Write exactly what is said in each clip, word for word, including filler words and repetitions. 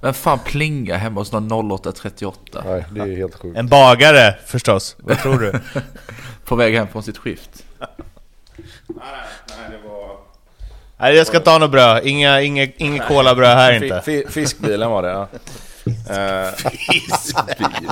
Vem fan plingar hemma hos någon noll åtta trettioåtta? Nej, det är helt sjukt. En bagare förstås. Vad tror du? På väg hem från sitt skift. Nej, nej, det var... Nej, jag ska ta något bröd. Inga, inga, inga kolabröd här inte. F- fiskbilen var det, ja. uh, fiskbil.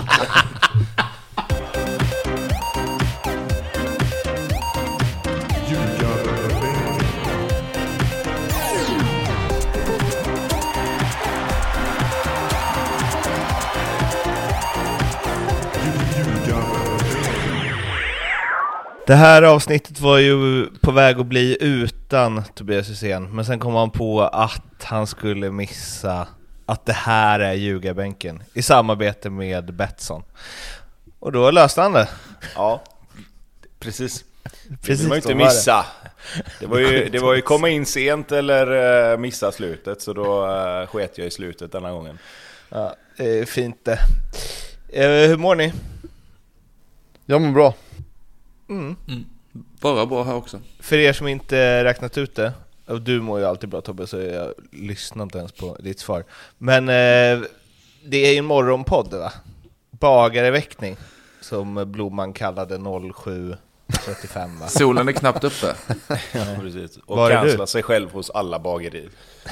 Det här avsnittet var ju på väg att bli utan Tobias Hysén, men sen kom han på att han skulle missa att det här är Ljugarbänken i samarbete med Betsson. Och då löste han det. Ja, precis. Det Precis vill man ju inte så var missa. Det var ju, det var ju komma in sent eller uh, missa slutet, så då uh, sket jag i slutet denna gången. Ja, eh, fint det. Eh, hur mår ni? Jag mår bra. Mm. Mm. Bara bra här också. För er som inte räknat ut det, och du mår ju alltid bra Tobbe, så jag lyssnar inte ens på ditt svar. Men eh, det är ju en morgonpodd, va? Bagareväckning, som Blomman kallade noll sju trettiofem, va? Solen är knappt uppe. Ja, precis. Och Var är cancella du? sig själv hos alla bagerier.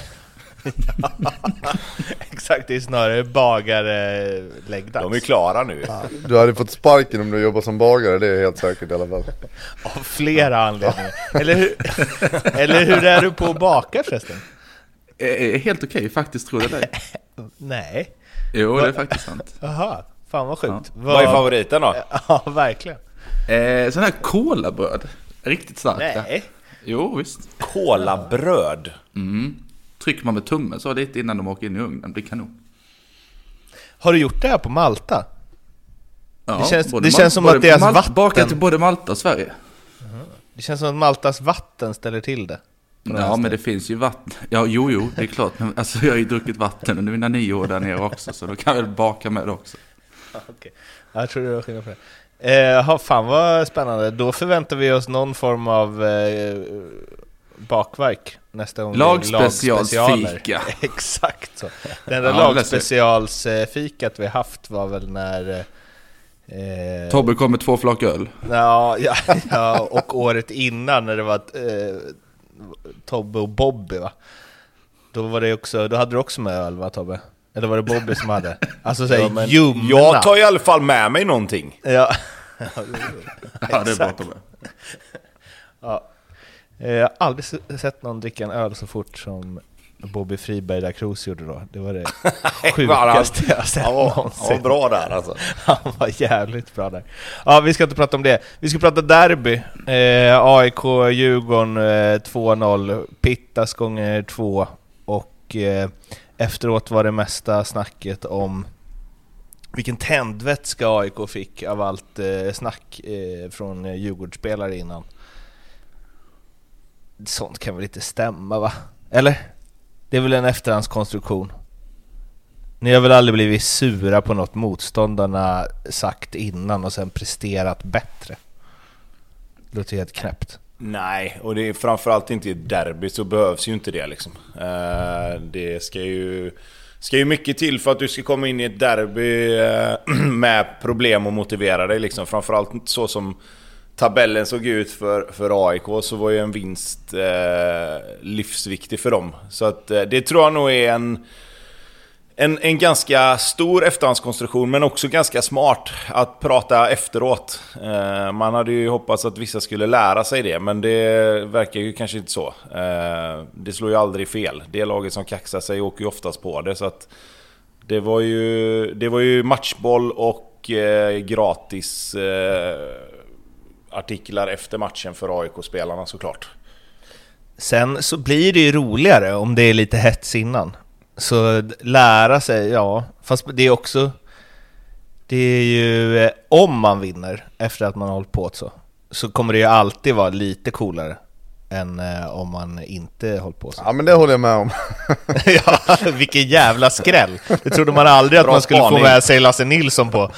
Exakt, det är snarare bagare-läggdags. De är klara nu. Du hade fått sparken om du jobbar som bagare, det är helt säkert i alla fall. Av flera anledningar. Eller hur, eller hur är du på att baka förresten? Eh, Helt okej, faktiskt, tror jag det. Nej. Jo, det är faktiskt sant. Jaha, fan vad sjukt. Ja. Vad är favoriten då? Ja, verkligen. Eh, sån här kolabröd. Riktigt starkt. Nej. Jo, visst. Kolabröd. Mm. Trycker man med tummen så lite innan de åker in i ugnen. Det blir kanon. Har du gjort det här på Malta? Ja, Det känns- både det Mal- känns som både att deras Mal- vatten- Bakat till både Malta och Sverige. Det känns som att Maltas vatten ställer till det. Ja, men det finns ju vatten. Ja, jo, jo, det är klart. Men, alltså, jag har ju druckit vatten under mina nio år där nere också. Så då kan jag väl baka med det också. Okej. Jag tror det var skillnad på det. Eh, fan vad spännande. Då förväntar vi oss någon form av eh, bakverk nästa gång. Lagspecialsfika. Exakt så. Den enda Ja, lagspecialsfikat vi haft var väl när eh, Tobbe kom med två flak öl. ja, ja, ja, och året innan när det var eh, Tobbe och Bobby, va? Då var det också, då hade du också med öl, va Tobbe? Eller var det Bobby som hade? Alltså så Ja, men ljumna. jag tar i alla fall med mig någonting. Ja. Ja, det är bra, Tobbe. Ja. Jag har aldrig sett någon dricka en öl så fort som Bobby Friberg där Kroos gjorde då. Det var det sjukaste jag har sett Han var, någonsin. han var bra där alltså. Han var jävligt bra där. Ja, vi ska inte prata om det. Vi ska prata derby. Eh, A I K Djurgården eh, två noll. Pittas gånger två. Och eh, efteråt var det mesta snacket om vilken tändvätska A I K fick av allt eh, snack eh, från eh, Djurgårdsspelare innan. Sånt kan väl inte stämma, va? Eller? Det är väl en efterhandskonstruktion. Ni har väl aldrig blivit sura på något motståndarna sagt innan och sen presterat bättre? Det låter helt knäppt. Nej, och det är framförallt inte i ett derby, så behövs ju inte det liksom. Uh, det ska ju ska ju mycket till för att du ska komma in i ett derby uh, med problem och motivera dig liksom. Framförallt så som tabellen såg ut för, för A I K, så var ju en vinst uh, livsviktig för dem. Så att uh, det tror jag nog är en En, en ganska stor efterhandskonstruktion, men också ganska smart att prata efteråt. Eh, man hade ju hoppats att vissa skulle lära sig det, men det verkar ju kanske inte så. Eh, det slår ju aldrig fel. Det laget som kaxar sig åker ju oftast på det. Så att det var ju, det var ju matchboll och eh, gratis eh, artiklar efter matchen för A I K-spelarna såklart. Sen så blir det ju roligare om det är lite hets innan. Så lära sig, ja. Fast det är också, det är ju, om man vinner efter att man har hållit på så, så kommer det ju alltid vara lite coolare än eh, om man inte hållit på så. Ja, men det håller jag med om. Ja, vilken jävla skräll. Det trodde man aldrig att Bra man skulle spaning. få med sig Lasse Nilsson på.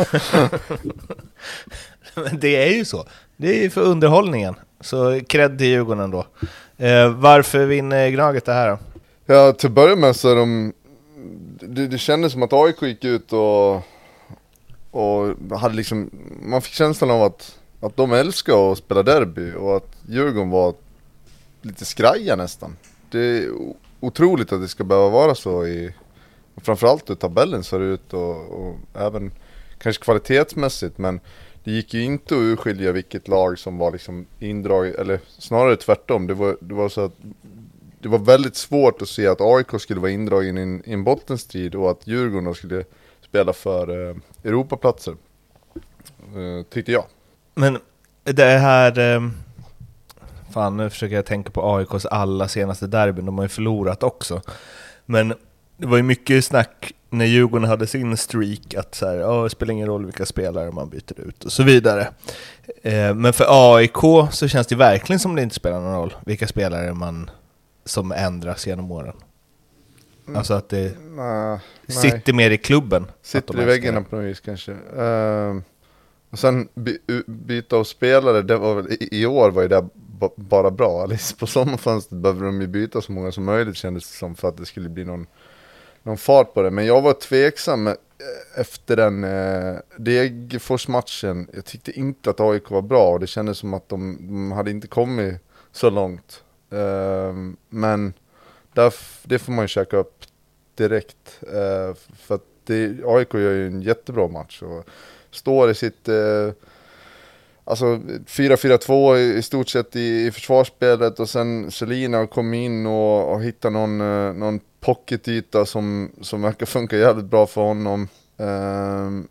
Men det är ju så. Det är ju för underhållningen. Så cred till Djurgården då. Eh, varför vinner Gnaget det här då? Ja, till börja med så är de det, det kändes som att A I K gick ut och, och hade liksom, man fick känslan av att, att de älskar att spela derby och att Djurgården var lite skraja nästan. Det är otroligt att det ska behöva vara så i, framförallt hur tabellen ser ut och, och även kanske kvalitetsmässigt, men det gick ju inte att urskilja vilket lag som var liksom indrag, eller snarare tvärtom. Det var, det var så att det var väldigt svårt att se att A I K skulle vara indragen i en, i en bottenstrid och att Djurgården skulle spela för eh, Europaplatser, eh, tyckte jag. Men det här... Eh, fan, nu försöker jag tänka på A I K:s alla senaste derbyn. De har ju förlorat också. Men det var ju mycket snack när Djurgården hade sin streak att så här, oh, det spelar ingen roll vilka spelare man byter ut och så vidare. Eh, men för A I K så känns det verkligen som det inte spelar någon roll vilka spelare man som ändras genom åren. Alltså att det Nah, sitter mer i klubben. Sitter i väggarna på något vis kanske. Uh, och sen by, byta av spelare, det var väl, i, i år var ju det b- bara bra. Alltså, på sommarfönstret behöver de ju byta så många som möjligt, kändes det som, för att det skulle bli någon, någon fart på det. Men jag var tveksam efter den uh, Degerfors-matchen. Jag tyckte inte att A I K var bra och det kändes som att de, de hade inte kommit så långt. Uh, men där, det får man ju käka upp direkt, uh, för att det, A I K gör ju en jättebra match och står i sitt uh, alltså fyra fyra två i, i stort sett i, i försvarsspelet, och sen Selina kom in och, och hittade någon, uh, någon pocketyta som, som verkar funka jävligt bra för honom. Uh,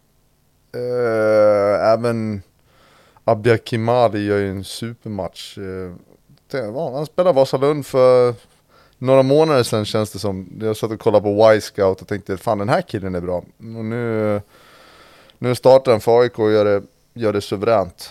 uh, även Abia Kimali gör ju en supermatch. Uh, Han spelade Vasalund för några månader sedan, känns det som. Jag satt och kollade på Y-Scout och tänkte, fan, den här killen är bra. Och nu, nu startar han för A I K och gör det, gör det suveränt.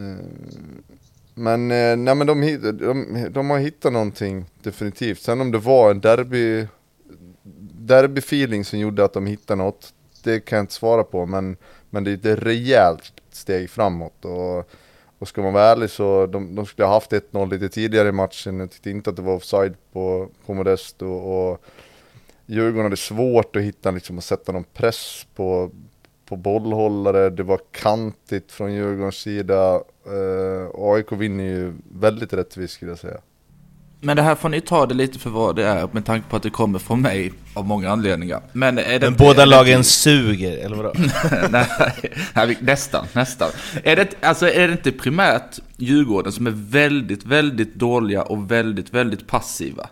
Men, nej, men de, de, de har hittat någonting definitivt. Sen om det var en derby derby-feeling som gjorde att de hittade något, det kan jag inte svara på. Men, men det är ett rejält steg framåt. Och Och ska man vara ärlig så de, de skulle ha haft ett noll lite tidigare i matchen. Jag tyckte inte att det var offside på, på Modesto. Och Djurgården hade svårt att hitta, liksom, att sätta någon press på, på bollhållare. Det var kantigt från Djurgårdens sida. Uh, A I K vinner ju väldigt rättvist, skulle jag säga. Men det här får ni ta det lite för vad det är, med tanke på att det kommer från mig av många anledningar. Men, är det Men båda är lagen det... suger, eller vadå? nej, nej, nästan, nästan. Är det, alltså, är det inte primärt Djurgården som är väldigt, väldigt dåliga och väldigt, väldigt passiva,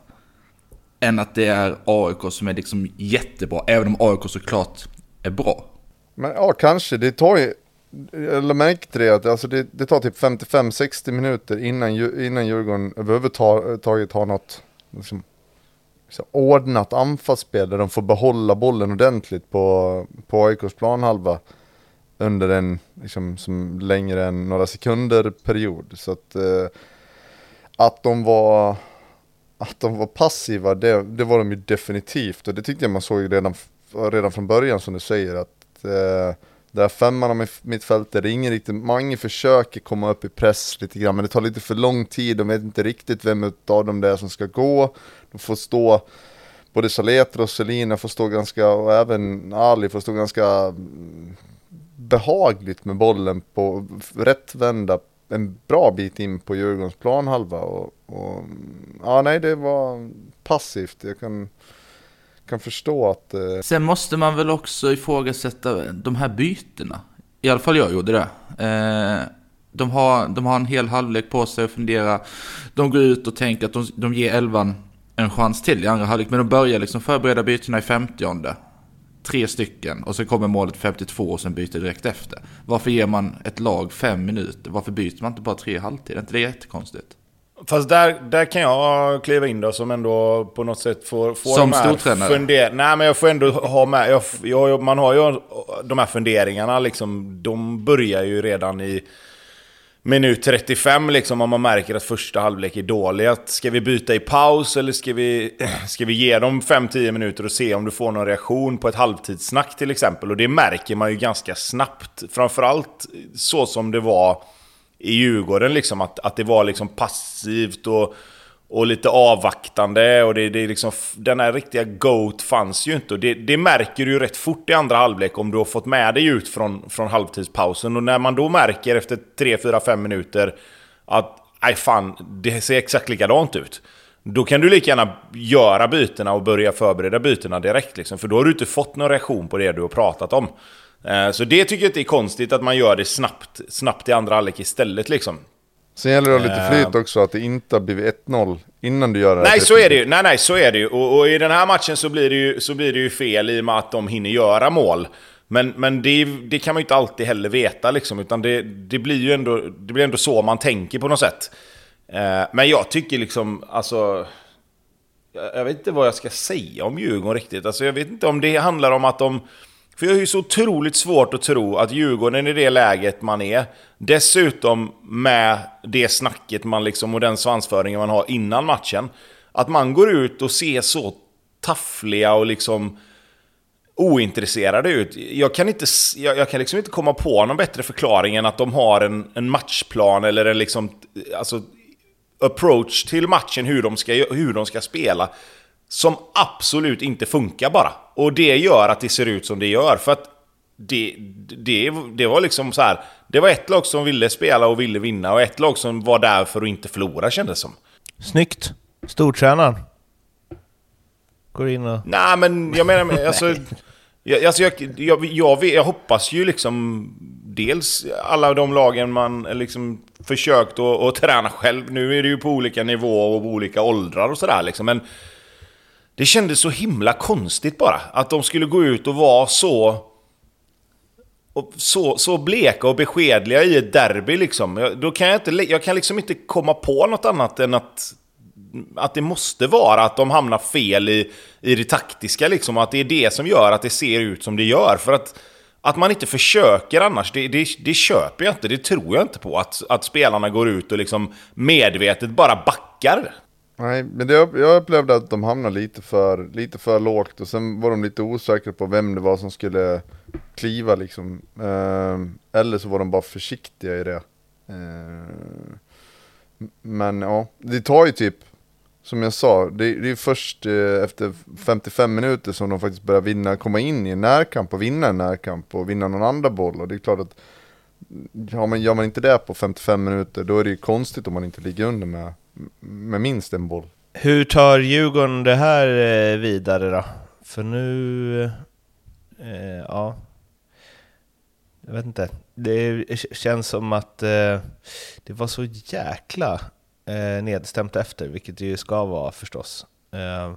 än att det är A I K som är liksom jättebra, även om A I K såklart är bra? Men ja, kanske. Det tar ju... Jag märker till det att alltså det, det tar typ femtiofem till sextio minuter innan, innan Djurgården överhuvudtaget har något liksom, så ordnat anfallsspel där de får behålla bollen ordentligt på, på A I K:s planhalva under en liksom, som längre än några sekunder period. Så att, eh, att de var att de var passiva, det, det var de ju definitivt, och det tyckte jag man såg redan, redan från början, som du säger, att eh, där femman med mittfältet, det är ingen riktigt, många försöker komma upp i press lite grann, men det tar lite för lång tid. De vet inte riktigt vem av dem det är som ska gå. De får stå, både Saletro och Selina får stå ganska, och även Ali får stå ganska behagligt med bollen på rätt vända en bra bit in på Djurgårdens planhalva. Och, och ja, nej, det var passivt. Jag kan kan förstå att... Eh... Sen måste man väl också ifrågasätta de här bytena. I alla fall jag gjorde det. Eh, de, har, de har en hel halvlek på sig att fundera. De går ut och tänker att de, de ger elvan en chans till i andra halvlek. Men de börjar liksom förbereda bytena i femtionde. Tre stycken. Och så kommer målet femtiotvå och sen byter direkt efter. Varför ger man ett lag fem minuter? Varför byter man inte bara tre halvtid? Är inte det jättekonstigt? Fast där, där kan jag kliva in då, som ändå på något sätt får, får som stortränare. Funder- Nej, men jag får ändå ha med, jag, jag, man har ju de här funderingarna liksom, de börjar ju redan i minut trettiofem liksom, om man märker att första halvlek är dålig. Att ska vi byta i paus eller ska vi, ska vi ge dem fem till tio minuter och se om du får någon reaktion på ett halvtidssnack till exempel. Och det märker man ju ganska snabbt, framförallt så som det var i Djurgården liksom, att, att det var liksom passivt och, och lite avvaktande, och det, det är liksom, den här riktiga GOAT fanns ju inte, och det, det märker du ju rätt fort i andra halvlek om du har fått med dig ut från, från halvtidspausen, och när man då märker efter tre, fyra, fem minuter att nej fan, det ser exakt likadant ut, då kan du lika gärna göra bytena och börja förbereda bytena direkt liksom, för då har du inte fått någon reaktion på det du har pratat om. Så det tycker jag inte är konstigt att man gör det snabbt, snabbt i andra halvlek istället liksom. Sen gäller det lite flyt också, att det inte har blivit ett noll innan du gör det. Nej, så är det ju. Nej, nej, så är det ju. Och, och i den här matchen så blir det ju, så blir det ju fel i och med att de hinner göra mål. Men, men det, det kan man ju inte alltid heller veta liksom, utan det, det blir ju ändå, det blir ändå så man tänker på något sätt. Eh, men jag tycker liksom, alltså, jag, jag vet inte vad jag ska säga om Djurgården riktigt. Alltså, jag vet inte om det handlar om att de... För jag är ju så otroligt svårt att tro att Djurgården i det läget man är, dessutom med det snacket man liksom, och den svansföringen man har innan matchen, att man går ut och ser så taffliga och liksom ointresserade ut. Jag kan, inte, jag, jag kan liksom inte komma på någon bättre förklaring än att de har en, en matchplan eller en liksom, alltså, approach till matchen, hur de ska, hur de ska spela, som absolut inte funkar bara. Och det gör att det ser ut som det gör. För att det, det, det var liksom så här, det var ett lag som ville spela och ville vinna, och ett lag som var där för att inte förlora, kändes som. Snyggt. Stortränaren. Går in och... Nej, men jag menar, alltså, jag, alltså jag, jag, jag, jag hoppas ju liksom dels alla de lagen man liksom försökt att, att träna själv. Nu är det ju på olika nivåer och olika åldrar och sådär liksom, men det kändes så himla konstigt bara att de skulle gå ut och vara så och så, så bleka och beskedliga i ett derby liksom. Jag, då kan jag, inte, jag kan liksom inte komma på något annat än att, att det måste vara att de hamnar fel i, i det taktiska liksom, att det är det som gör att det ser ut som det gör. För att, att man inte försöker annars, det, det, det köper jag inte, det tror jag inte på, att, att spelarna går ut och liksom medvetet bara backar. Nej, men det, jag upplevde att de hamnade lite för, lite för lågt, och sen var de lite osäkra på vem det var som skulle kliva liksom. Eh, eller så var de bara försiktiga i det. Eh, men ja, det tar ju typ, som jag sa, det, det är först eh, efter femtiofem minuter som de faktiskt börjar vinna, komma in i en närkamp och vinna en närkamp och vinna någon andra boll. Och det är klart att ja, men gör man inte det på femtiofem minuter, då är det ju konstigt om man inte ligger under med med minst en boll. Hur tar Djurgården det här vidare då? För nu eh, ja, jag vet inte. Det känns som att eh, det var så jäkla eh, nedstämt efter, vilket det ju ska vara förstås. Eh,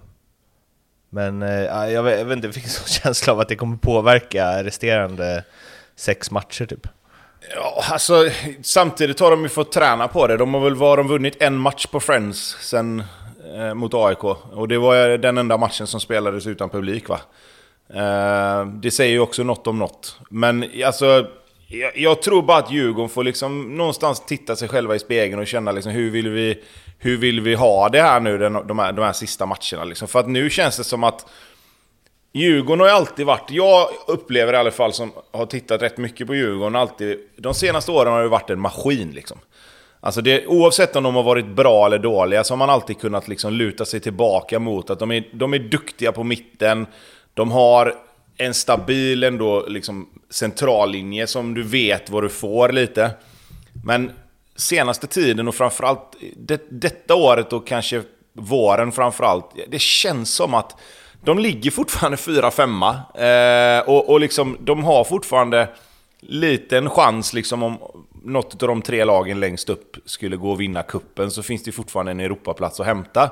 men eh, jag, vet, jag vet inte, det finns en känsla av att det kommer påverka resterande sex matcher typ. Ja, alltså samtidigt har de ju fått träna på det. De har väl varit vunnit en match på Friends sen eh, mot A I K, och det var den enda matchen som spelades utan publik, va. Eh, det säger ju också något om något. Men alltså jag, jag tror bara att Djurgården får liksom någonstans titta sig själva i spegeln och känna liksom, hur vill vi hur vill vi ha det här nu, den, de, här, de här sista matcherna liksom. För att nu känns det som att Djurgården har ju alltid varit, jag upplever i alla fall som har tittat rätt mycket på Djurgården, alltid, de senaste åren har det varit en maskin liksom. Alltså det, oavsett om de har varit bra eller dåliga, så har man alltid kunnat liksom luta sig tillbaka mot att de är, de är duktiga på mitten. De har en stabil ändå liksom centrallinje som du vet vad du får lite. Men senaste tiden och framförallt det, detta året och kanske våren framförallt, det känns som att de ligger fortfarande fyra femma eh, och, och liksom, de har fortfarande liten chans liksom, om något av de tre lagen längst upp skulle gå och vinna kuppen, så finns det fortfarande en Europaplats att hämta.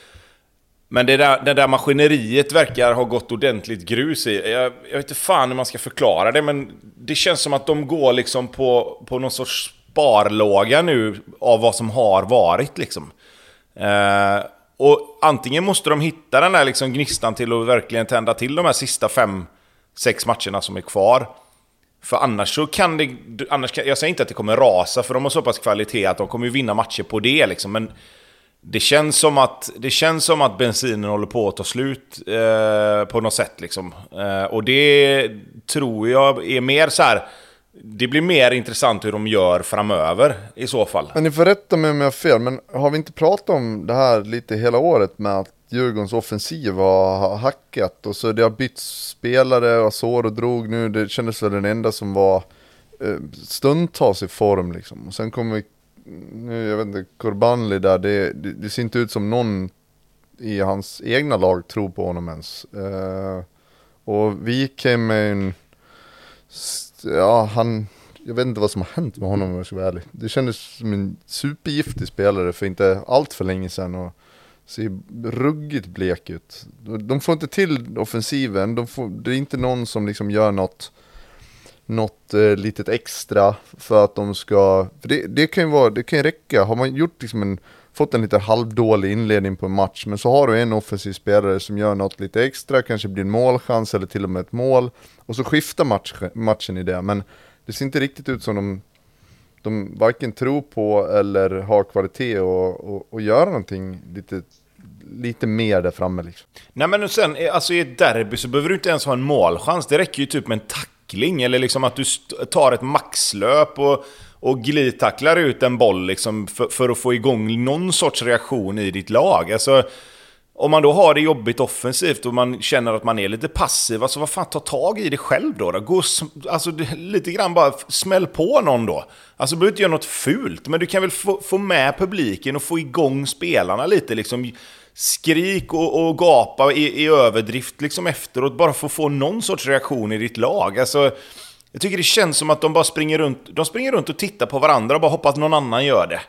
Men det där, det där maskineriet verkar ha gått ordentligt grus i. Jag, jag vet inte fan hur man ska förklara det, men det känns som att de går liksom på, på någon sorts sparlåga nu av vad som har varit liksom. Eh, och antingen måste de hitta den där liksom gnistan till att verkligen tända till de här sista fem, sex matcherna som är kvar. För annars så kan det, annars kan, jag säger inte att det kommer rasa, för de har så pass kvalitet att de kommer vinna matcher på det liksom, men det känns som att det känns som att bensinen håller på att ta slut eh, på något sätt liksom. Eh, och det tror jag är mer så här det blir mer intressant hur de gör framöver i så fall. Men ni får rätta mig om jag har fel, men har vi inte pratat om det här lite hela året med att Djurgårdens offensiv har hackat och så det har bytt spelare och Asoro drog nu, det kändes väl den enda som var eh, stundtals i form liksom. Och sen kommer nu, jag vet inte, Kurbanli där, det, det, det ser inte ut som någon i hans egna lag tror på honom ens. Eh, och vi came med en, ja han, jag vet inte vad som har hänt med honom om jag ska vara ärlig. Det kändes som en supergiftig spelare för inte allt för länge sedan och ser ruggigt blek ut. De får inte till offensiven, de får, det är inte någon som liksom gör något något eh, litet extra för att de ska, för det, det kan ju vara, det kan ju räcka. Har man gjort liksom en, fått en lite halvdålig inledning på en match, men så har du en offensiv spelare som gör något lite extra, kanske blir en målchans eller till och med ett mål, och så skiftar match, matchen i det, men det ser inte riktigt ut som de de varken tror på eller har kvalitet och, och, och göra någonting lite, lite mer där framme liksom. Nej men sen, alltså i ett derby så behöver du inte ens ha en målchans. Det räcker ju typ med en tackling eller liksom att du st- tar ett maxlöp och, och glidtacklar ut en boll liksom för, för att få igång någon sorts reaktion i ditt lag. Alltså om man då har det jobbigt offensivt och man känner att man är lite passiv, alltså vad fan, ta tag i det själv då. då. Gå, alltså lite grann bara smäll på någon då. Alltså du behöver inte göra något fult, men du kan väl få, få med publiken och få igång spelarna lite liksom. Skrik och, och gapa i, i överdrift liksom efteråt, bara för att få någon sorts reaktion i ditt lag. Alltså jag tycker det känns som att de bara springer runt, de springer runt och tittar på varandra och bara hoppas att någon annan gör det.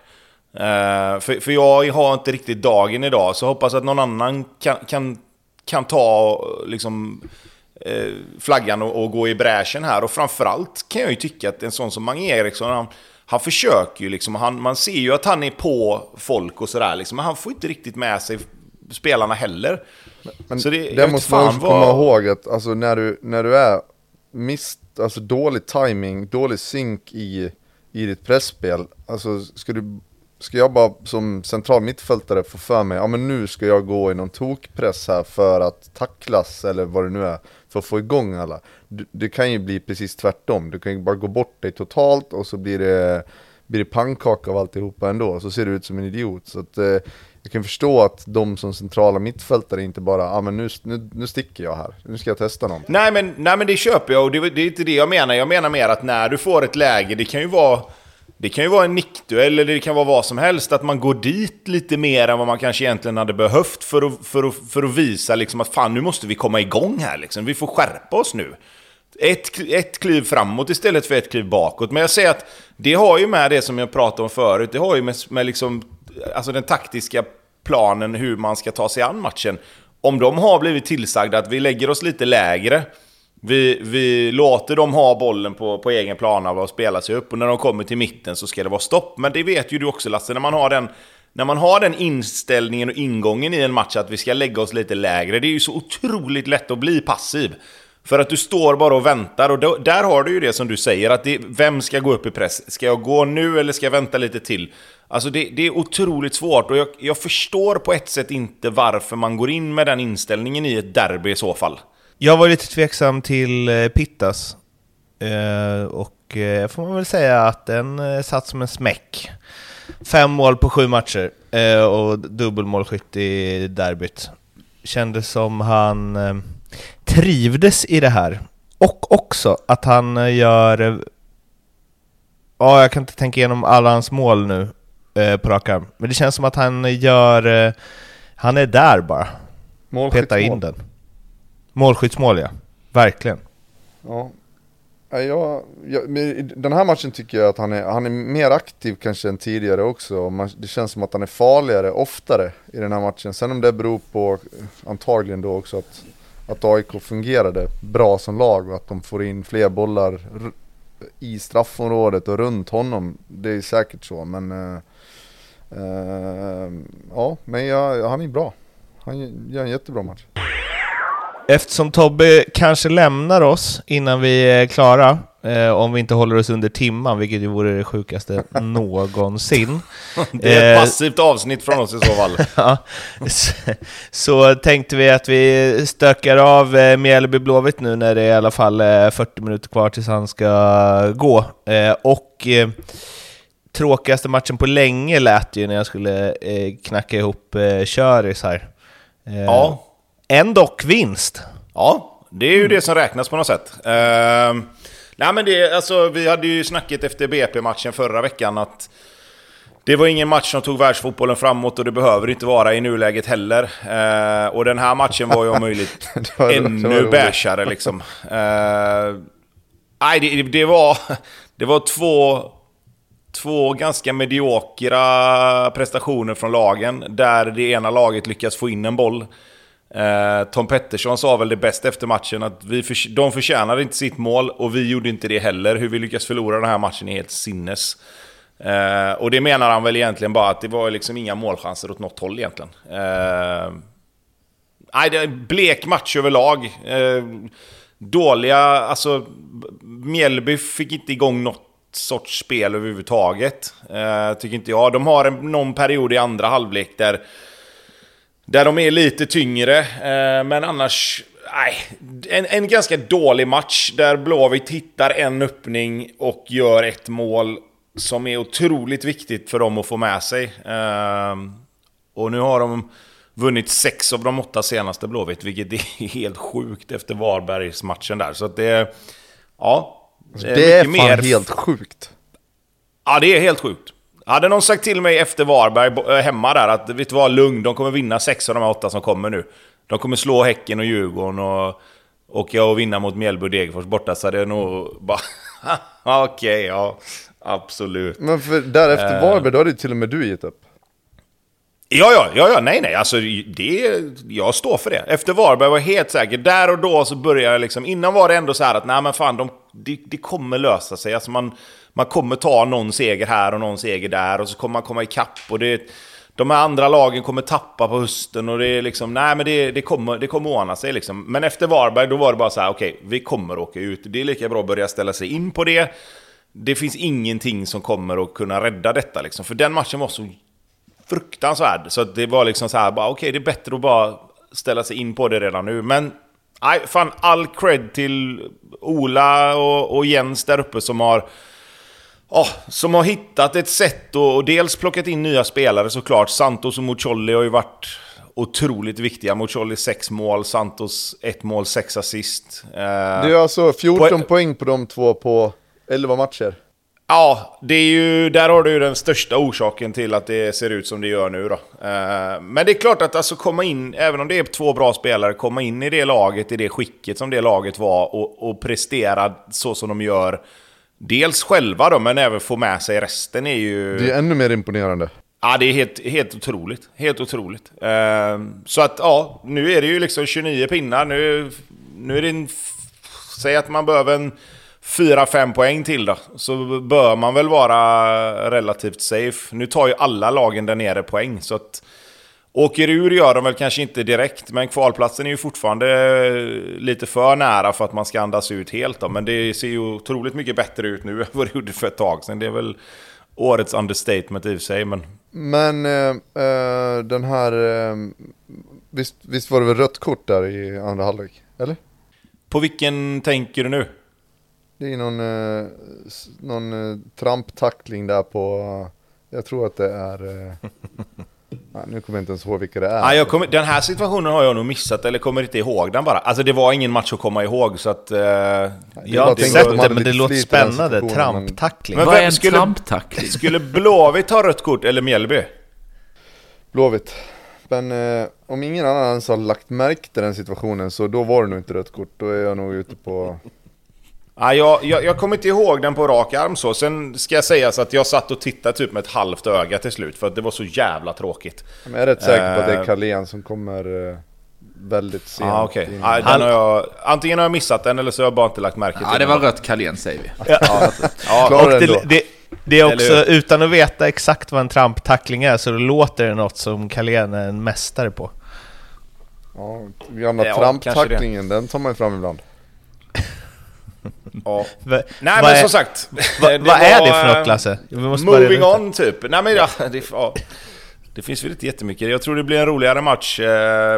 Uh, för, för jag har inte riktigt dagen idag, så hoppas att någon annan kan, kan, kan ta liksom, uh, flaggan och, och gå i bräschen här. Och framförallt kan jag ju tycka att en sån som Mange Eriksson, han, han försöker ju liksom, han, man ser ju att han är på folk och sådär liksom, men han får inte riktigt med sig spelarna heller. Men så det, det måste man också komma var... ihåg att alltså, när, du, när du är mist, alltså dålig timing, dålig synk i, i ditt pressspel, alltså ska du Ska jag bara som central mittfältare få för mig, ja men nu ska jag gå i någon tokpress här för att tacklas eller vad det nu är, för att få igång alla. Det, det kan ju bli precis tvärtom. Du kan ju bara gå bort dig totalt och så blir det, blir det pannkaka av alltihopa ändå. Så ser du ut som en idiot. Så att, eh, jag kan förstå att de som centrala mittfältare inte bara, ja men nu, nu, nu sticker jag här. Nu ska jag testa någon. Nej men, nej men det köper jag, och det, det är inte det jag menar. Jag menar mer att när du får ett läge, det kan ju vara Det kan ju vara en nickduell eller det kan vara vad som helst, att man går dit lite mer än vad man kanske egentligen hade behövt för att, för att, för att visa liksom att fan, nu måste vi komma igång här liksom. Vi får skärpa oss nu. Ett, ett kliv framåt istället för ett kliv bakåt. Men jag säger att det har ju med det som jag pratade om förut, det har ju med, med liksom, alltså den taktiska planen hur man ska ta sig an matchen. Om de har blivit tillsagda att vi lägger oss lite lägre, Vi, vi låter dem ha bollen på, på egen plan och spela sig upp, och när de kommer till mitten så ska det vara stopp. Men det vet ju du också, Lasse, när man har den, när man har den inställningen och ingången i en match att vi ska lägga oss lite lägre, det är ju så otroligt lätt att bli passiv. För att du står bara och väntar, och då, där har du ju det som du säger, att det, vem ska gå upp i press? Ska jag gå nu eller ska jag vänta lite till? Alltså det, det är otroligt svårt, och jag, jag förstår på ett sätt inte varför man går in med den inställningen i ett derby i så fall. Jag var lite tveksam till eh, Pittas eh, och eh, får man väl säga att den eh, satt som en smäck. Fem mål på sju matcher eh, och dubbelmålskytt i derbyt. Kändes som han eh, trivdes i det här. Och också att han eh, gör... Eh, ja, jag kan inte tänka igenom alla hans mål nu eh, på rak arm. Men det känns som att han gör... Eh, han är där bara. Petar in den. Målskyttsmål, ja. Verkligen. Ja. Ja, ja, den här matchen tycker jag att han är, han är mer aktiv kanske än tidigare också. Man, det känns som att han är farligare oftare i den här matchen. Sen om det beror på antagligen då också att, att A I K fungerade bra som lag och att de får in fler bollar i straffområdet och runt honom. Det är säkert så, men äh, äh, ja, men ja, han är bra. Han gör en jättebra match. Eftersom Tobbe kanske lämnar oss innan vi är klara eh, om vi inte håller oss under timman, vilket ju vore det sjukaste någonsin. Det är ett passivt avsnitt från oss i så fall. Ja, så, så tänkte vi att vi stökar av eh, Mjällby Blåvitt nu när det är i alla fall eh, fyrtio minuter kvar tills han ska gå. Eh, och eh, tråkigaste matchen på länge lät ju när jag skulle eh, knacka ihop eh, köris här. Eh, Ja. Ändå vinst. Ja, det är ju det som räknas på något sätt. Uh, nej men det, alltså, vi hade ju snackat efter B P-matchen förra veckan att det var ingen match som tog världsfotbollen framåt och det behöver inte vara i nuläget heller. Uh, och den här matchen var ju om möjligt var, ännu bärsare liksom. Uh, nej, det, det var det var två två ganska mediokra prestationer från lagen där det ena laget lyckas få in en boll. Uh, Tom Pettersson sa väl det bäst efter matchen att vi för, de förtjänade inte sitt mål och vi gjorde inte det heller. Hur vi lyckas förlora den här matchen är helt sinnes. Uh, och det menar han väl egentligen bara att det var liksom inga målchanser åt något håll egentligen. Uh, nej, det är en blek match överlag. Uh, dåliga, alltså Mjällby fick inte igång något sorts spel överhuvudtaget. Uh, tycker inte jag. De har en, någon period i andra halvlek där Där de är lite tyngre, eh, men annars nej, en, en ganska dålig match där Blåvitt hittar en öppning och gör ett mål som är otroligt viktigt för dem att få med sig. Eh, och nu har de vunnit sex av de åtta senaste Blåvitt, vilket är helt sjukt efter Varbergsmatchen där. Så att det, ja, det är, det är fan mer helt sjukt. Ja, det är helt sjukt. Hade någon sagt till mig efter Varberg hemma där att vet du vad, lugn, de kommer vinna sex av de här åtta som kommer nu. De kommer slå Häcken och Djurgården och åka och vinna mot Mjällby och Degerfors borta, så det är nog bara okej, okay, ja, absolut. Men för därefter Varberg, då hade ju till och med du gett upp. Ja, ja, ja, ja, nej, nej, alltså det, jag står för det. Efter Varberg var helt säker, där och då så började jag liksom, innan var det ändå så här att nej men fan, de, det, det kommer lösa sig. Alltså man, man kommer ta någon seger här och någon seger där och så kommer man komma i kapp och det, de här andra lagen kommer tappa på hösten och det är liksom, nej men det, det kommer, det kommer ordna sig liksom. Men efter Varberg då var det bara så här, okej, okay, vi kommer åka ut. Det är lika bra att börja ställa sig in på det. Det finns ingenting som kommer att kunna rädda detta liksom, för den matchen var så fruktansvärd. Så att det var liksom så här, bara okej, okay, det är bättre att bara ställa sig in på det redan nu. Men nej, fan, all cred till Ola och, och Jens där uppe som har oh, som har hittat ett sätt och, och dels plockat in nya spelare såklart. Santos och Mucolli har ju varit otroligt viktiga. Mucolli sex mål, Santos ett mål, sex assist. Eh, det är alltså fjorton på, poäng på de två på elva matcher. Ja, det är ju, där har du ju den största orsaken till att det ser ut som det gör nu då. Uh, men det är klart att alltså komma in, även om det är två bra spelare, komma in i det laget, i det skicket som det laget var och, och prestera så som de gör. Dels själva då, men även få med sig resten är ju... Det är ännu mer imponerande. Ja, det är helt, helt otroligt. Helt otroligt. Uh, så att ja, nu är det ju liksom tjugonio pinnar. Nu, nu är det en... Säg att man behöver en... fyra fem poäng till då, så bör man väl vara relativt safe. Nu tar ju alla lagen där nere poäng, så att åker ur gör de väl kanske inte direkt, men kvalplatsen är ju fortfarande lite för nära för att man ska andas ut helt då. Men det ser ju otroligt mycket bättre ut nu än vad det gjorde för ett tag sedan. Det är väl årets understatement i sig, men... Men äh, äh, den här... Äh, visst, visst var det väl rött kort där i andra halvlek, eller? På vilken tänker du nu? Det är någon, eh, någon eh, tramptackling där på, eh, jag tror att det är, eh, nej, nu kommer jag inte ens ihåg vilka det är. Ja, jag kommer, den här situationen har jag nog missat, eller kommer inte ihåg den bara. Alltså det var ingen match att komma ihåg, så att... Eh, jag har inte sett det, men det låter spännande. Tramptackling. Men vad är en skulle, tramptackling? Skulle Blåvitt ha rött kort eller Mjällby? Blåvitt. Men eh, om ingen annan ens har lagt märke till den situationen, så då var det nog inte rött kort. Då är jag nog ute på... Ja, jag, jag, jag kommer inte ihåg den på rak arm så. Sen ska jag säga så att jag satt och tittade typ med ett halvt öga till slut, för att det var så jävla tråkigt. Men jag är rätt säker på att det är Carlén som kommer eh, väldigt sent. Ah, okay. ah, den har jag, antingen har jag missat den eller så har jag bara inte lagt märke till den. Ja, det var rött Carlén, säger vi. Ja. Ja, och det, det, det är också, utan att veta exakt vad en tramptackling är, så det låter det något som Carlén är en mästare på. Ja, gamla ja, tramptacklingen, den tar man ju fram ibland. Ja. Va, Nej vad men är, som sagt. va, det vad är det för var, något, Lasse? Vi måste moving bara on typ. Nej men ja, det, ja, det finns väl inte jättemycket. Jag tror det blir en roligare match eh,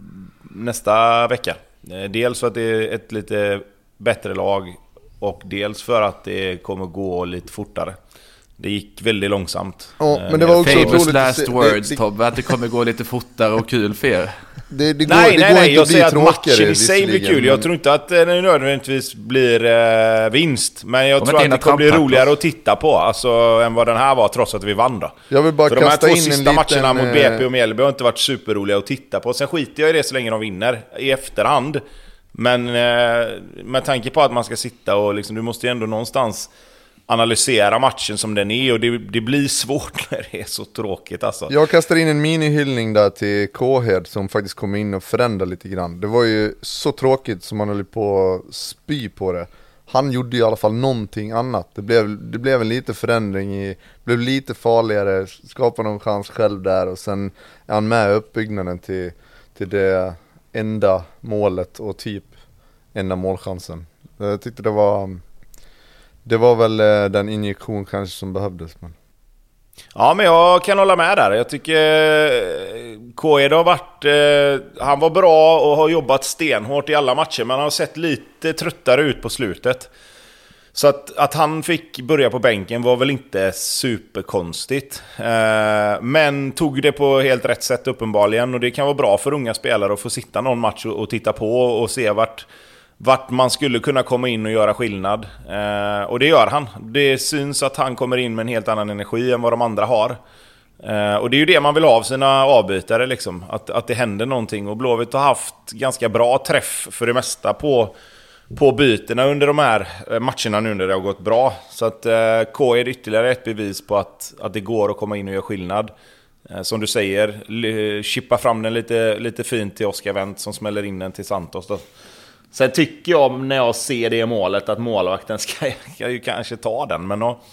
nästa vecka. Eh, dels för att det är ett lite bättre lag och dels för att det kommer gå lite fortare. Det gick väldigt långsamt. Ja, men det var också Famous otroligt last det, words, det, Tobbe, att det kommer gå lite fortare och kul för er. det, det går, Nej, det nej, går nej, inte jag att bli säger att tråkigare, matchen i sig blir kul. men- Jag tror inte att det nödvändigtvis blir eh, vinst. Men jag Kommer tror inte att det in kommer bli tramptacklas. roligare att titta på alltså, än vad den här var, trots att vi vann då. Jag vill bara För de här kasta två in en sista liten... matcherna mot eh, B P och Mjällby har inte varit superroliga att titta på. Sen skiter jag i det så länge de vinner i efterhand. Men eh, med tanke på att man ska sitta och liksom, du måste ju ändå någonstans analysera matchen som den är. Och det, det blir svårt när det är så tråkigt alltså. Jag kastar in en minihyllning där till Kåhed som faktiskt kom in och förändrade lite grann. Det var ju så tråkigt som man höll på att spy på det. Han gjorde i alla fall någonting annat. Det blev, det blev en lite förändring i, blev lite farligare, skapade någon chans själv där och sen är han med i uppbyggnaden till, till det enda målet och typ enda målchansen. Jag tyckte det var, det var väl eh, den injektion kanske som behövdes. Men... Ja, men jag kan hålla med där. Jag tycker eh, Kåhed har varit eh, han var bra och har jobbat stenhårt i alla matcher, men han har sett lite tröttare ut på slutet. Så att, att han fick börja på bänken var väl inte superkonstigt. Eh, men tog det på helt rätt sätt uppenbarligen. Och det kan vara bra för unga spelare att få sitta någon match och, och titta på och se vart, vart man skulle kunna komma in och göra skillnad. Eh, och det gör han. Det syns att han kommer in med en helt annan energi än vad de andra har. Eh, och det är ju det man vill ha av sina avbytare liksom. Att, att det händer någonting. Och Blåvitt har haft ganska bra träff för det mesta på... på bytena under de här matcherna nu när det har gått bra. Så att eh, K är ytterligare ett bevis på att, att det går att komma in och göra skillnad. Eh, som du säger, li- chippa fram den lite, lite fint till Oscar Wendt som smäller in den till Santos då. Sen tycker jag när jag ser det målet att målvakten ska, ska ju kanske ta den. Men då,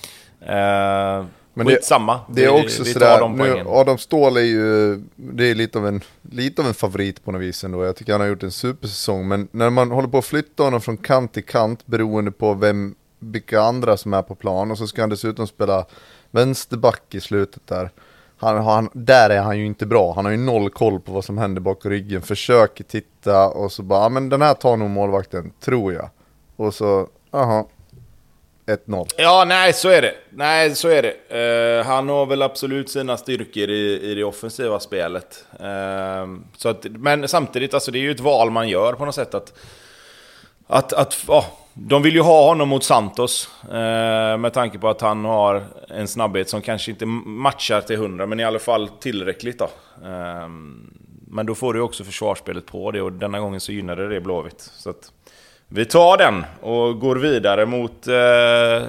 eh, Men det, samma. Det är också vi, vi sådär, de nu, Adam Ståhl är ju, det är lite av, en, lite av en favorit på något vis ändå. Jag tycker han har gjort en supersäsong, men när man håller på att flytta honom från kant till kant beroende på vem, vilka andra som är på plan, och så ska han dessutom spela vänsterback i slutet där. Han, han, där är han ju inte bra, han har ju noll koll på vad som händer bakom ryggen, försöker titta och så bara, ja men den här tar nog målvakten, tror jag. Och så, aha. ett noll. Ja, nej så är det. Nej, så är det. Uh, han har väl absolut sina styrkor i, i det offensiva spelet. Uh, så att, men samtidigt, alltså, det är ju ett val man gör på något sätt. Att, att, att uh, de vill ju ha honom mot Santos. Uh, med tanke på att han har en snabbhet som kanske inte matchar till hundra, men i alla fall tillräckligt då. Uh, men då får du också försvarsspelet på det, och denna gången så gynnade det Blåvitt. Så att vi tar den och går vidare mot eh,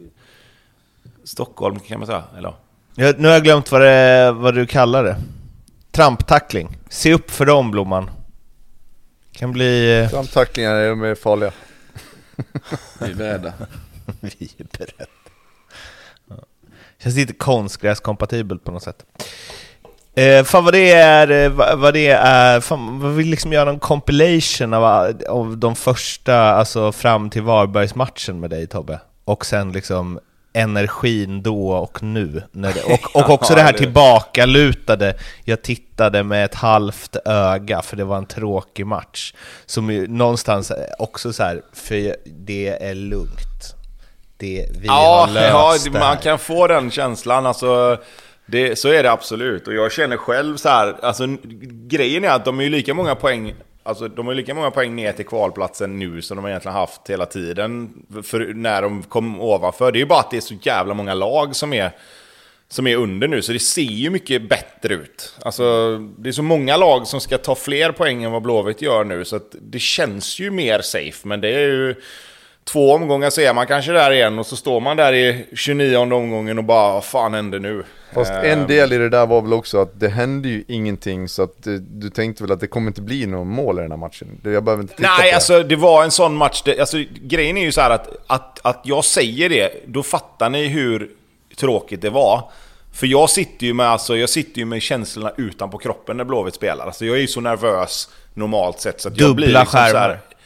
Stockholm kan man säga. Eller? Jag, nu har jag glömt vad, det, vad du kallar det. Tramptackling. Se upp för dem, Blomman. Kan bli... Tramptacklingar är de farliga. Vi är beredda. Vi är beredda. Ja. Känns lite konstgräskompatibelt på något sätt. Eh, fan vad det är, vad, vad det är, fan, vad vill liksom göra en compilation av, av de första, alltså fram till Varbergsmatchen med dig, Tobbe, och sen liksom energin då och nu när det, och, och också det här tillbakalutade. Jag tittade med ett halvt öga för det var en tråkig match som ju någonstans också så här, för det är lugnt, det, vi ja, har löst ja, det man här. kan få den känslan alltså. Det, så är det absolut. Och jag känner själv så här, alltså grejen är att de är ju lika många poäng, alltså de har lika många poäng ner till kvalplatsen nu som de egentligen haft hela tiden för när de kom ovanför. Det är ju bara att det är så jävla många lag som är som är under nu, så det ser ju mycket bättre ut. Alltså det är så många lag som ska ta fler poäng än vad Blåvitt gör nu, så att det känns ju mer safe, men det är ju två omgångar så är man kanske där igen, och så står man där i tjugonionde omgången och bara, vad fan händer nu? Fast en del i det där var väl också att det hände ju ingenting, så att du, du tänkte väl att det kommer inte bli någon mål i den här matchen. Jag behöver inte titta Nej, på det. alltså det var en sån match det, alltså, grejen är ju så här att, att, att jag säger det, då fattar ni hur tråkigt det var. För jag sitter ju med, alltså, jag sitter ju med känslorna utanpå kroppen när Blåvitt spelar. Alltså jag är ju så nervös normalt sett, så att jag Dubbla blir liksom skärmar. så här.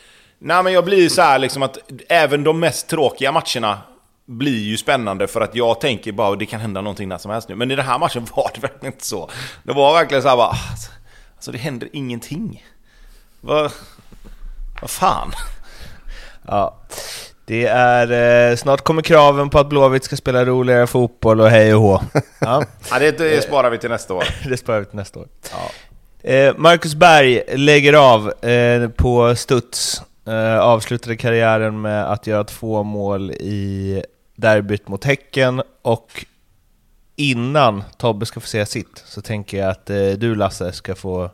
Nej, men jag blir ju så här liksom att även de mest tråkiga matcherna blir ju spännande för att jag tänker bara att det kan hända någonting när som helst nu. Men i den här matchen var det verkligen inte så. Det var verkligen så här bara, alltså det händer ingenting. Vad, vad fan? Ja, det är eh, snart kommer kraven på att Blåvitt ska spela roligare fotboll och hej och hå. Ja, ja det, det sparar vi till nästa år. Det sparar vi till nästa år. Ja. Eh, Marcus Berg lägger av eh, på studs. Eh, avslutade karriären med att göra två mål i derbyt mot Häcken, och innan Tobbe ska få säga sitt så tänker jag att eh, du, Lasse, ska få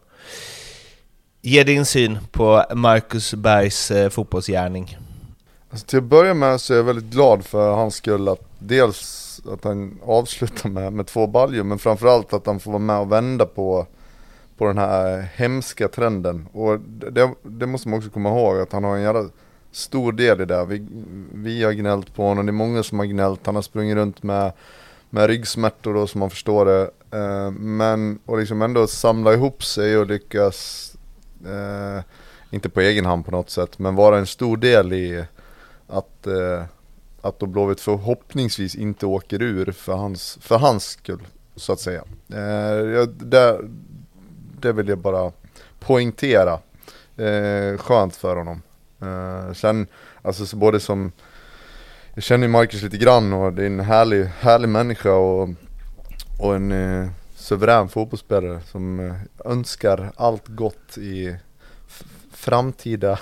ge din syn på Marcus Bergs eh, fotbollsgärning. Alltså, till att börja med så är jag väldigt glad för hans skull att dels att han avslutar med, med två baljor, men framförallt att han får vara med och vända på på den här hemska trenden. Och det, det måste man också komma ihåg, att han har en jävla stor del i det. Vi, vi har gnällt på honom, det är många som har gnällt. Han har sprungit runt med, med ryggsmärtor då, som man förstår det. Eh, men och liksom ändå samla ihop sig och lyckas, eh, inte på egen hand på något sätt, men vara en stor del i att, eh, att då Blåvitt förhoppningsvis inte åker ur för hans, för hans skull, så att säga. Eh, jag, där, Det vill jag bara poängtera. Eh, skönt för honom. Eh, sen, alltså så både som, jag känner ju Marcus lite grann, och det är en härlig, härlig människa och, och en eh, suverän fotbollsspelare som eh, önskar allt gott i f- framtida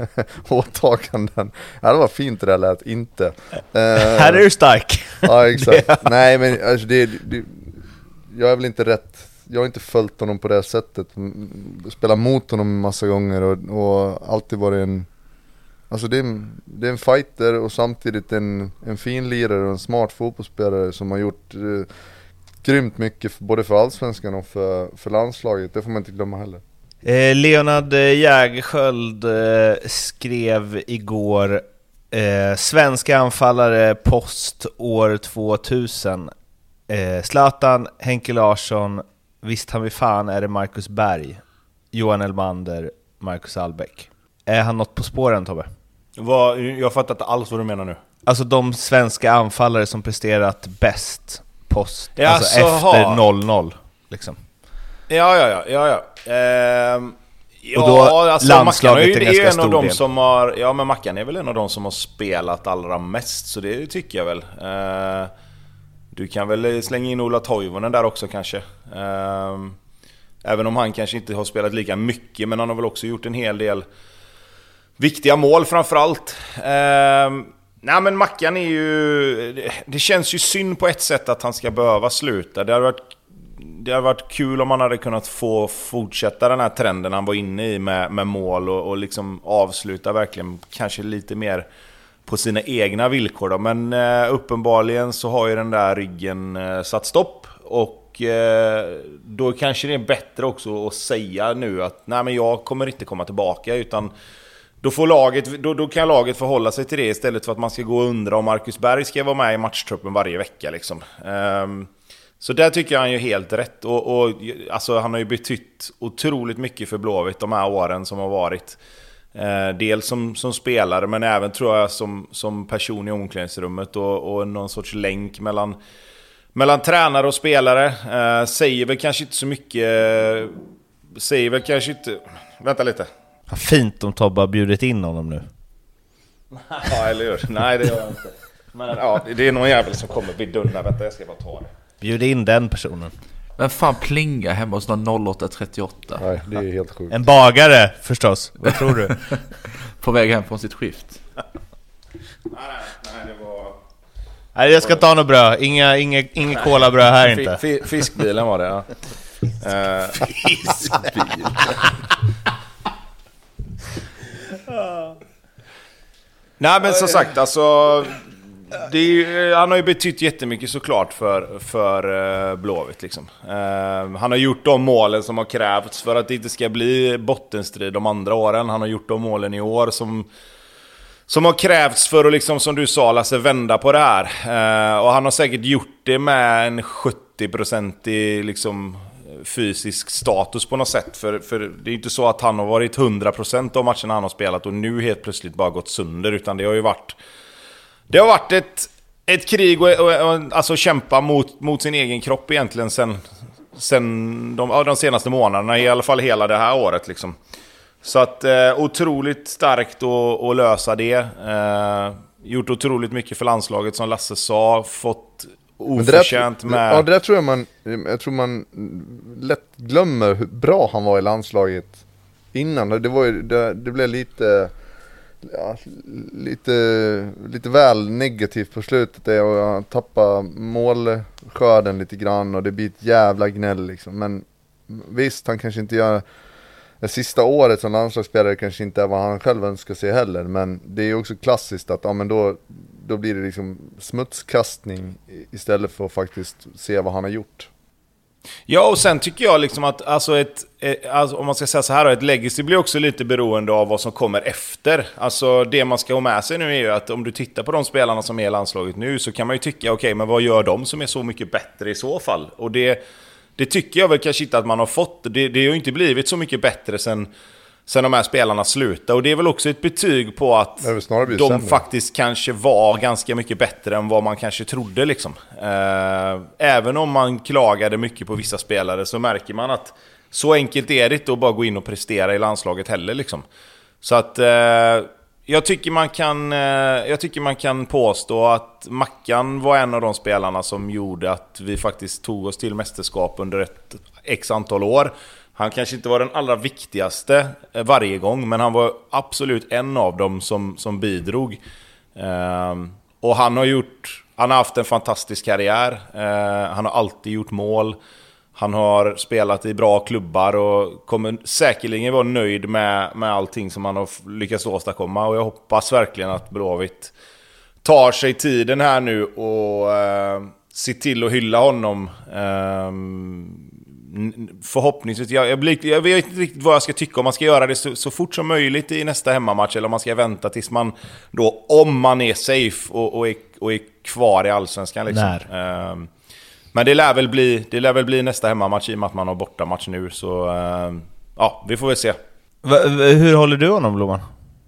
åtaganden. Ja, det var fint det där lät, inte. Eh, Här är du stark. Ja, exakt. Nej, men alltså det, det, jag är väl inte rätt. Jag har inte följt honom på det sättet. Spelat mot honom en massa gånger och, och alltid varit en... Alltså det är en, det är en fighter och samtidigt en, en fin lirare och en smart fotbollsspelare som har gjort eh, grymt mycket för, både för allsvenskan och för, för landslaget. Det får man inte glömma heller. Eh, Leonard Jägerskiöld eh, skrev igår eh, svenska anfallare post år tvåtusen. Eh, Zlatan, Henke Larsson, visst han vid fan är det Marcus Berg, Johan Elmander, Marcus Albeck. Är han något på spåren, Tobbe? Vad, jag fattar inte alls vad du menar nu. Alltså de svenska anfallare som presterat bäst post, Ja, alltså så efter ha. noll noll liksom. Ja, ja, ja, ja, ja. Ehm, ja, Och då alltså, landslaget Mackan är ju en ganska en av stor de del. som har, ja, men Mackan är väl en av de som har spelat allra mest, så det tycker jag väl. Ehm, du kan väl slänga in Ola Toivonen där också kanske. Ehm, även om han kanske inte har spelat lika mycket, men han har väl också gjort en hel del viktiga mål framförallt. Ehm, nej, men Mackan är ju... Det, det känns ju synd på ett sätt att han ska behöva sluta. Det hade varit, det hade varit kul om han hade kunnat få fortsätta den här trenden han var inne i med, med mål och, och liksom avsluta verkligen kanske lite mer på sina egna villkor då. Men eh, uppenbarligen så har ju den där ryggen eh, satt stopp, och eh, då kanske det är bättre också att säga nu att nej, men jag kommer inte komma tillbaka, utan då, får laget, då, då kan laget förhålla sig till det istället för att man ska gå och undra om Marcus Berg ska vara med i matchtruppen varje vecka liksom. Um, så där tycker jag han gör helt rätt, och, och alltså, han har ju betytt otroligt mycket för Blåvitt de här åren som har varit. Eh, dels som, som spelare, men även tror jag som, som person i omklädningsrummet, och, och någon sorts länk mellan, mellan tränare och spelare. Eh, säger väl kanske inte så mycket, eh, säger väl kanske inte, vänta lite. Vad fint om Tobbe har bjudit in honom nu. Ja, eller hur? Nej, det gör jag inte. Men ja, det är någon jävel som kommer vid dörren. Vänta, jag ska bara ta det. Bjud in den personen. Vem fan plingar hemma hos någon noll åtta trettioåtta? Nej, det är helt sjukt. En bagare förstås. Vad tror du? På väg hem från sitt skift. Nej, nej, nej, det var... Nej, jag ska ta något bröd. Inga, inga, inga colabröd här inte. F- fiskbilen var det, ja. uh, Fiskbil. Nej, men som sagt, alltså det är ju, han har ju betytt jättemycket såklart för, för uh, Blåvitt liksom. Uh, han har gjort de målen som har krävts för att det inte ska bli bottenstrid de andra åren. Han har gjort de målen i år som, som har krävts för att liksom, som du sa Lasse, vända på det här. Uh, och han har säkert gjort det med en sjuttio procent i liksom fysisk status på något sätt. För, för det är inte så att han har varit hundra procent av matcherna han har spelat och nu helt plötsligt bara gått sönder, utan det har ju varit det har varit ett, ett krig och, och, och alltså kämpa mot, mot sin egen kropp egentligen sen, sen de, ja, de senaste månaderna, i alla fall hela det här året liksom. Så att eh, otroligt starkt att, att lösa det. Eh, gjort otroligt mycket för landslaget, som Lasse sa, fått oförtjänt med... Ja, det där tror jag man, jag tror man lätt glömmer hur bra han var i landslaget innan. Det, var ju, det, det blev lite, ja, lite, lite väl negativt på slutet där, och han tappade målskörden lite grann och det blir ett jävla gnäll liksom. Men visst, han kanske inte gör... Det sista året som landslagsspelare kanske inte är vad han själv önskar se heller, men det är också klassiskt att ja, men då, då blir det liksom smutskastning istället för att faktiskt se vad han har gjort. Ja, och sen tycker jag liksom att alltså ett, ett, alltså om man ska säga så här, ett legacy blir också lite beroende av vad som kommer efter. Alltså det man ska ha med sig nu är ju att om du tittar på de spelarna som är i landslaget nu, så kan man ju tycka, okej, okay, men vad gör de som är så mycket bättre i så fall? Och det Det tycker jag väl kanske inte att man har fått. Det, det har ju inte blivit så mycket bättre sen, sen de här spelarna slutade. Och det är väl också ett betyg på att de sämre. faktiskt kanske var ganska mycket bättre än vad man kanske trodde. Liksom. Eh, även om man klagade mycket på vissa spelare, så märker man att så enkelt är det inte att bara gå in och prestera i landslaget heller. Liksom. Så att... Eh, Jag tycker, man kan, jag tycker man kan påstå att Mackan var en av de spelarna som gjorde att vi faktiskt tog oss till mästerskap under ett x antal år. Han kanske inte var den allra viktigaste varje gång, men han var absolut en av dem som, som bidrog. Um, och han har, gjort, han har haft en fantastisk karriär. Uh, han har alltid gjort mål. Han har spelat i bra klubbar och kommer säkerligen vara nöjd med, med allting som han har lyckats åstadkomma. Och jag hoppas verkligen att Blåvitt tar sig tiden här nu och eh, ser till att hylla honom. Eh, förhoppningsvis. Jag, jag, blir, jag vet inte riktigt vad jag ska tycka, om man ska göra det så, så fort som möjligt i nästa hemmamatch, eller om man ska vänta tills man då, om man är safe och, och, är, och är kvar i Allsvenskan. Liksom. Eh, Men det lär väl bli, det lär väl bli nästa hemmamatch i och med att man har bortamatch nu. Så äh, ja, vi får väl se. Va, hur håller du honom, Blomman?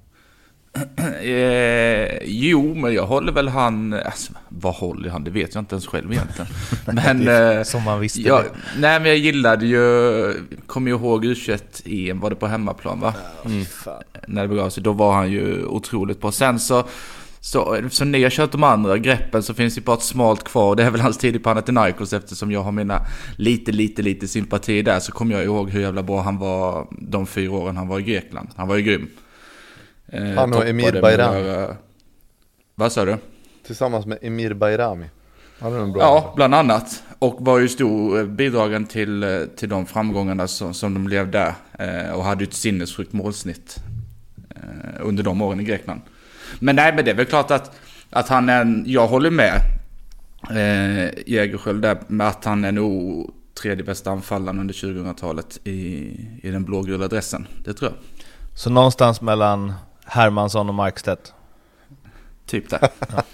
eh, jo, men jag håller väl han... Alltså, vad håller han? Det vet jag inte ens själv egentligen. Men, eh, som man visste jag, det. Nej, men jag gillade ju... Kommer ju ihåg U tjugoett-E M, var det på hemmaplan, va? Mm. När det begav sig, då var han ju otroligt bra. Sen så... Så, så när jag kört de andra greppen så finns det bara ett smalt kvar. Det är väl hans tid i Panathinaikos, eftersom jag har mina lite, lite, lite sympati där. Så kommer jag ihåg hur jävla bra han var de fyra åren han var i Grekland. Han var ju grym. Eh, han och Emir Bayrami. Med, vad sa du? Tillsammans med Emir Bayrami. Han är en bra. Ja, bland annat. Och var ju stor bidragen till, till de framgångarna som, som de levde där. Eh, och hade ju ett sinnessjukt målsnitt eh, under de åren i Grekland. Men nej, men det är väl klart att, att han är en, jag håller med eh, Jägerskiöld där med att han är nog tredje bästa anfallaren under tjugohundratalet i, i den blågula dressen. Det tror jag. Så någonstans mellan Hermansson och Markstedt? Typ där. Ja.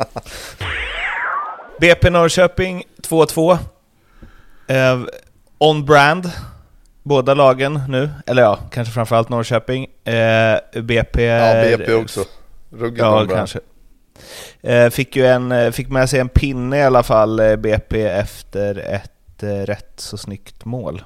B P Norrköping två två. Eh, on brand. Båda lagen nu. Eller ja, kanske framförallt Norrköping. Eh, B P... Ja, B P också. Ruggigt ja, kanske. Eh, fick ju en, fick med sig en pinne i alla fall, eh, B P, efter ett eh, rätt så snyggt mål.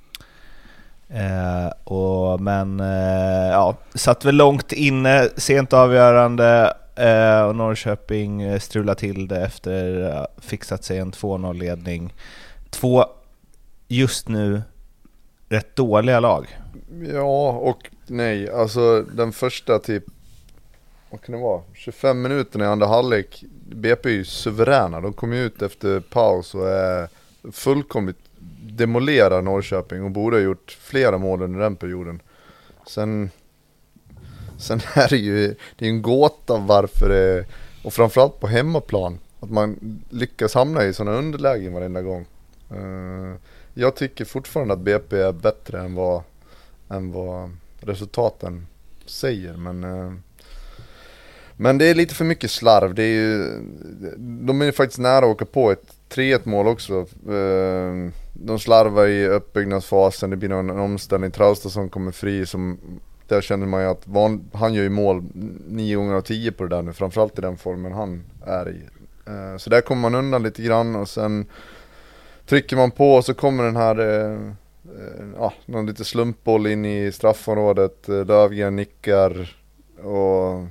Eh, och, men eh, ja, satt väl långt inne, sent avgörande, eh, och Norrköping strulade till det efter eh, fixat sig en två noll-ledning. Två just nu rätt dåliga lag. Ja och nej, alltså den första typ, vad kan det vara, tjugofem minuterna i andra halvlek, B P är ju suveräna. De kom ut efter paus och är fullkomligt demolerar Norrköping och borde ha gjort flera mål under den perioden. Sen, sen är det ju det är en gåta varför det, och framförallt på hemmaplan, att man lyckas hamna i sådana underlägen varenda gång. Uh, jag tycker fortfarande att B P är bättre än vad, än vad resultaten säger, men uh, Men det är lite för mycket slarv. Det är ju, de är ju faktiskt nära att åka på ett tre ett mål också. Uh, de slarvar i uppbyggnadsfasen, det blir någon omställning. Traustason kommer fri, som där känner man ju att van, han gör ju mål nio gånger av tio på det där nu, framförallt i den formen han är i. Uh, så där kommer man undan lite grann, och sen trycker man på och så kommer den här uh, uh, ja, någon lite slumpboll in i straffområdet. uh, Löfgren nickar och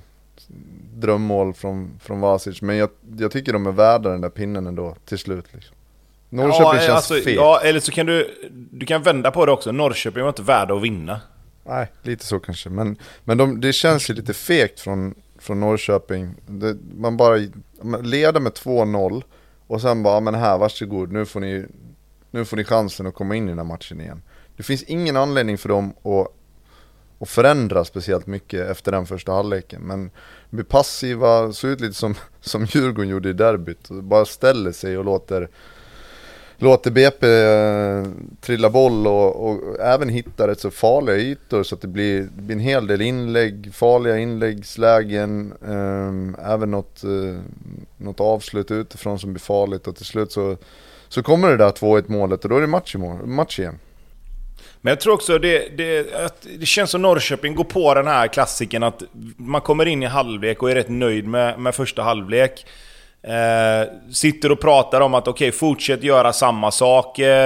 drömmål från, från Vasic. Men jag, jag tycker de är värda den där pinnen ändå till slut liksom. Norrköping ja, känns alltså, fel. Ja, eller så kan du Du kan vända på det också. Norrköping var inte värda att vinna. Nej, lite så kanske. Men, men de, det känns ju lite fegt från, från Norrköping. Det, man bara man leder med två noll och sen bara, men här, varsågod, nu får ni, nu får ni chansen att komma in i den här matchen igen. Det finns ingen anledning för dem att, att förändra speciellt mycket efter den första halvleken. Men blir passiva, så ut lite som, som Djurgården gjorde i derbyt. Bara ställer sig och låter Låter B P eh, trilla boll och, och även hitta rätt så farliga ytor, så att det blir, det blir en hel del inlägg, farliga inläggslägen, eh, även något, eh, något avslut utifrån som blir farligt, och till slut så, så kommer det där två ett målet och då är det match, match igen. Men jag tror också det, det, att det känns som Norrköping går på den här klassiken att man kommer in i halvlek och är rätt nöjd med, med första halvlek. Eh, sitter och pratar om att okej, okay, fortsätt göra samma saker.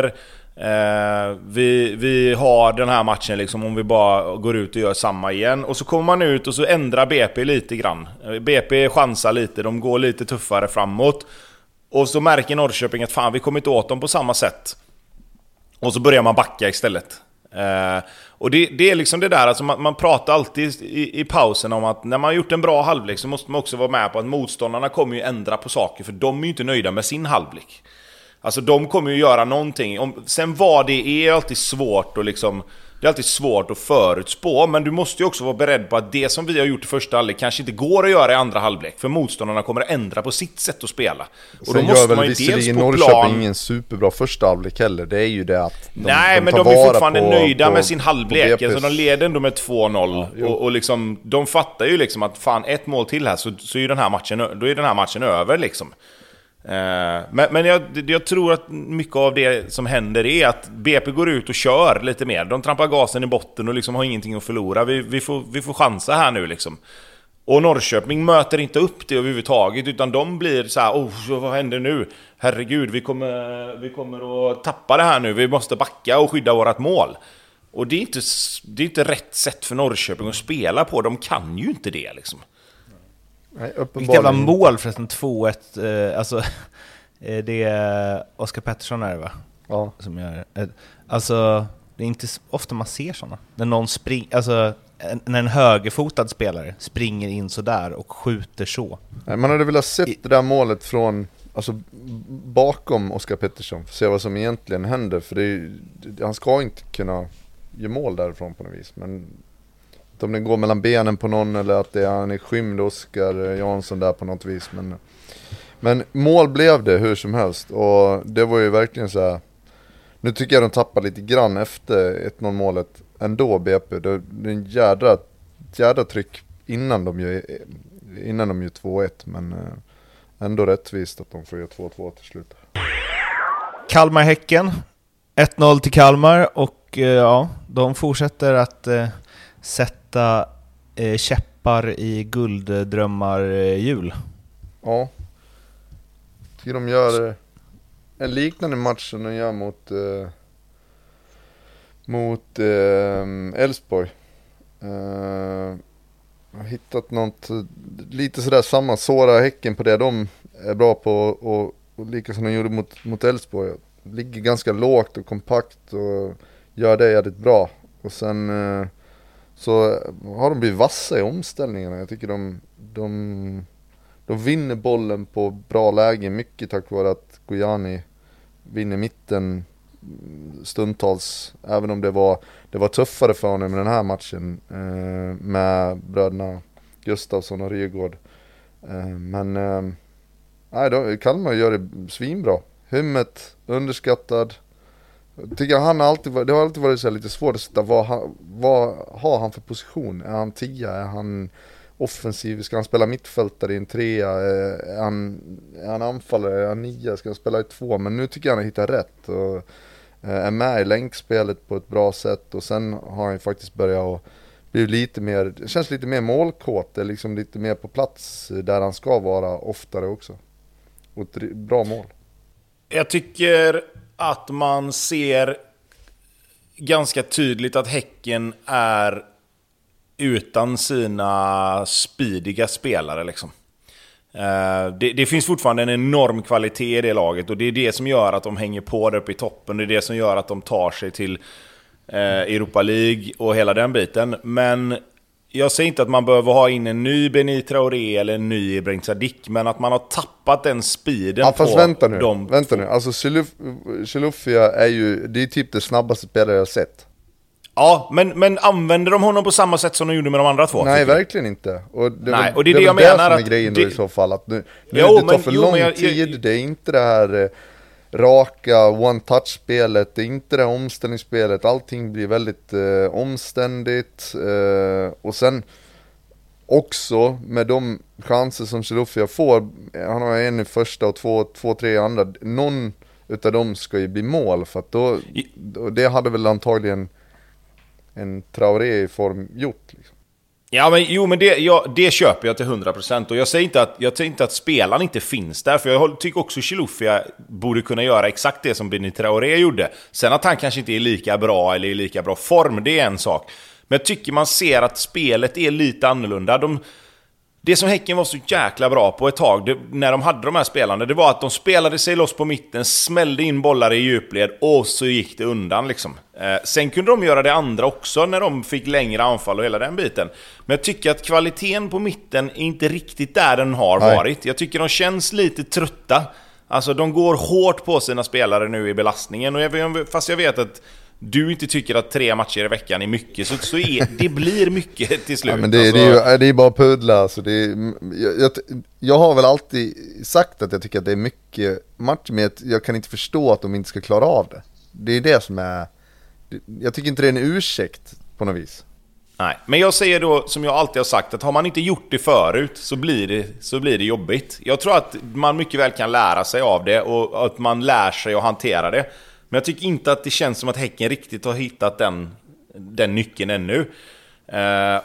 Eh, vi, vi har den här matchen liksom, om vi bara går ut och gör samma igen. Och så kommer man ut och så ändrar B P lite grann. B P chansar lite, de går lite tuffare framåt. Och så märker Norrköping att fan, vi kommer inte åt dem på samma sätt. Och så börjar man backa istället. Eh, och det, det är liksom det där, alltså man, man pratar alltid i, i pausen om att när man har gjort en bra halvlek så måste man också vara med på att motståndarna kommer ju ändra på saker, för de är ju inte nöjda med sin halvlek. Alltså de kommer ju göra någonting. Om, sen vad det är alltid svårt och liksom, det är alltid svårt att förutspå, men du måste ju också vara beredd på att det som vi har gjort i första halvlek kanske inte går att göra i andra halvlek, för motståndarna kommer att ändra på sitt sätt att spela. Och sen då måste gör väl man ju dels på Norrköping plan... ingen superbra första halvlek heller. Det är ju det att de, Nej, de men tar de är vara fortfarande på, nöjda på, med sin halvlek. Alltså, de leder ändå med två noll. Ja, och, och liksom, de fattar ju liksom att fan, ett mål till här så, så är den här matchen, då är den här matchen över liksom. Men, men jag, jag tror att mycket av det som händer är att B P går ut och kör lite mer. De trampar gasen i botten och liksom har ingenting att förlora. Vi, vi, får, vi får chansa här nu liksom. Och Norrköping möter inte upp det överhuvudtaget, utan de blir så här: oh, vad händer nu? Herregud, vi kommer, vi kommer att tappa det här nu. Vi måste backa och skydda vårat mål. Och det är inte, det är inte rätt sätt för Norrköping att spela på. De kan ju inte det liksom. Nej, vilket jävla mål förresten, två ett, eh, alltså det är Oskar Pettersson är det, va? Ja. Som gör, eh, alltså det är inte ofta man ser såna. När någon spring, alltså en, när en högerfotad spelare springer in så där och skjuter så. Nej, man hade velat sett det där målet från, alltså bakom Oskar Pettersson, för att se vad som egentligen händer, för det är, det, han ska inte kunna göra mål därifrån på något vis, men om den går mellan benen på någon, eller att det är, han är skymd Oskar Jansson där på något vis. Men, men mål blev det hur som helst. Och det var ju verkligen så här. Nu tycker jag de tappar lite grann efter ett noll målet ändå, B P. Det är en jädra, jädra tryck innan de gör, innan de gör två ett. Men ändå rättvist att de får göra två två till slut. Kalmar-Häcken. ett noll till Kalmar. Och ja, de fortsätter att eh, sätta eh, käppar i gulddrömmar eh, jul. Ja. Tycker de gör en liknande match som de gör mot eh, mot Elfsborg. Eh, eh, har hittat något lite sådär samma, såra Häcken på det de är bra på, och, och lika som de gjorde mot mot Elfsborg. Ligger ganska lågt och kompakt och gör det jävligt bra. Och sen eh, så har de blivit vassa i omställningarna. Jag tycker de, de, de vinner bollen på bra läge, mycket tack vare att Gojani vinner mitten stundtals. Även om det var, det var tuffare för honom med den här matchen eh, med bröderna Gustafsson och Rygaard. Eh, men eh, nej, då, Kalmar gör det svinbra. Hymmet underskattad. Tycker jag han har alltid varit, det har alltid varit så lite svårt att sätta vad, han, vad har han för position? Är han tia? Är han offensiv? Ska han spela mittfältare i en trea? Är han, är han anfallare? Är han nia? Ska han spela i två? Men nu tycker jag han har hittat rätt och är med i länkspelet på ett bra sätt. Och sen har han faktiskt börjat bli lite mer, det känns lite mer målkåt. Det är liksom lite mer på plats där han ska vara oftare också. Och ett bra mål. Jag tycker att man ser ganska tydligt att Häcken är utan sina speediga spelare liksom. Det, det finns fortfarande en enorm kvalitet i det laget och det är det som gör att de hänger på där uppe i toppen. Det är det som gör att de tar sig till Europa League och hela den biten. Men jag säger inte att man behöver ha in en ny Benny Traoré eller en ny Ibrahim Sadiq, men att man har tappat den speeden ja, fast på vänta nu, de vänta nu. Alltså Chilufya är ju, det är typ det snabbaste spelare jag har sett. Ja, men, men använder de honom på samma sätt som de gjorde med de andra två? Nej, verkligen inte. Och det, Nej, var, och det är det, det jag det menar som att är grejen det, då i så fall att nu, nu jo, det tar men, för jo, lång jag, tid. jag, det är inte det här eh, raka one-touch-spelet, det är inte det här omställningsspelet. Allting blir väldigt eh, omständigt eh, och sen också med de chanser som Chilufya får, han har en i första och två, två tre i andra, någon utav dem ska ju bli mål för att då, då det hade väl antagligen en Traoré i form gjort liksom. Ja, men jo, men det, ja, det köper jag till hundra procent. Och jag säger inte att, jag säger inte att spelaren inte finns där. För jag tycker också Chilufya borde kunna göra exakt det som Benny Traoré gjorde. Sen att han kanske inte är lika bra eller i lika bra form, det är en sak. Men jag tycker man ser att spelet är lite annorlunda. De, det som Häcken var så jäkla bra på ett tag, det, när de hade de här spelarna, det var att de spelade sig loss på mitten, smällde in bollar i djupled och så gick det undan liksom. Eh, sen kunde de göra det andra också när de fick längre anfall och hela den biten. Men jag tycker att kvaliteten på mitten är inte riktigt där den har Nej. varit. Jag tycker de känns lite trötta. Alltså de går hårt på sina spelare nu i belastningen. Och jag, fast jag vet att du inte tycker att tre matcher i veckan är mycket, så, så är, det blir mycket till slut. Ja, men det, alltså. det, är ju, det är bara puddla. Alltså det är, jag, jag, jag har väl alltid sagt att jag tycker att det är mycket matcher, men jag kan inte förstå att de inte ska klara av det. Det är det som är... Jag tycker inte det är en ursäkt på något vis. Nej, men jag säger då, som jag alltid har sagt, att har man inte gjort det förut så blir det, så blir det jobbigt. Jag tror att man mycket väl kan lära sig av det och att man lär sig att hantera det. Men jag tycker inte att det känns som att Häcken riktigt har hittat den, den nyckeln ännu. Uh,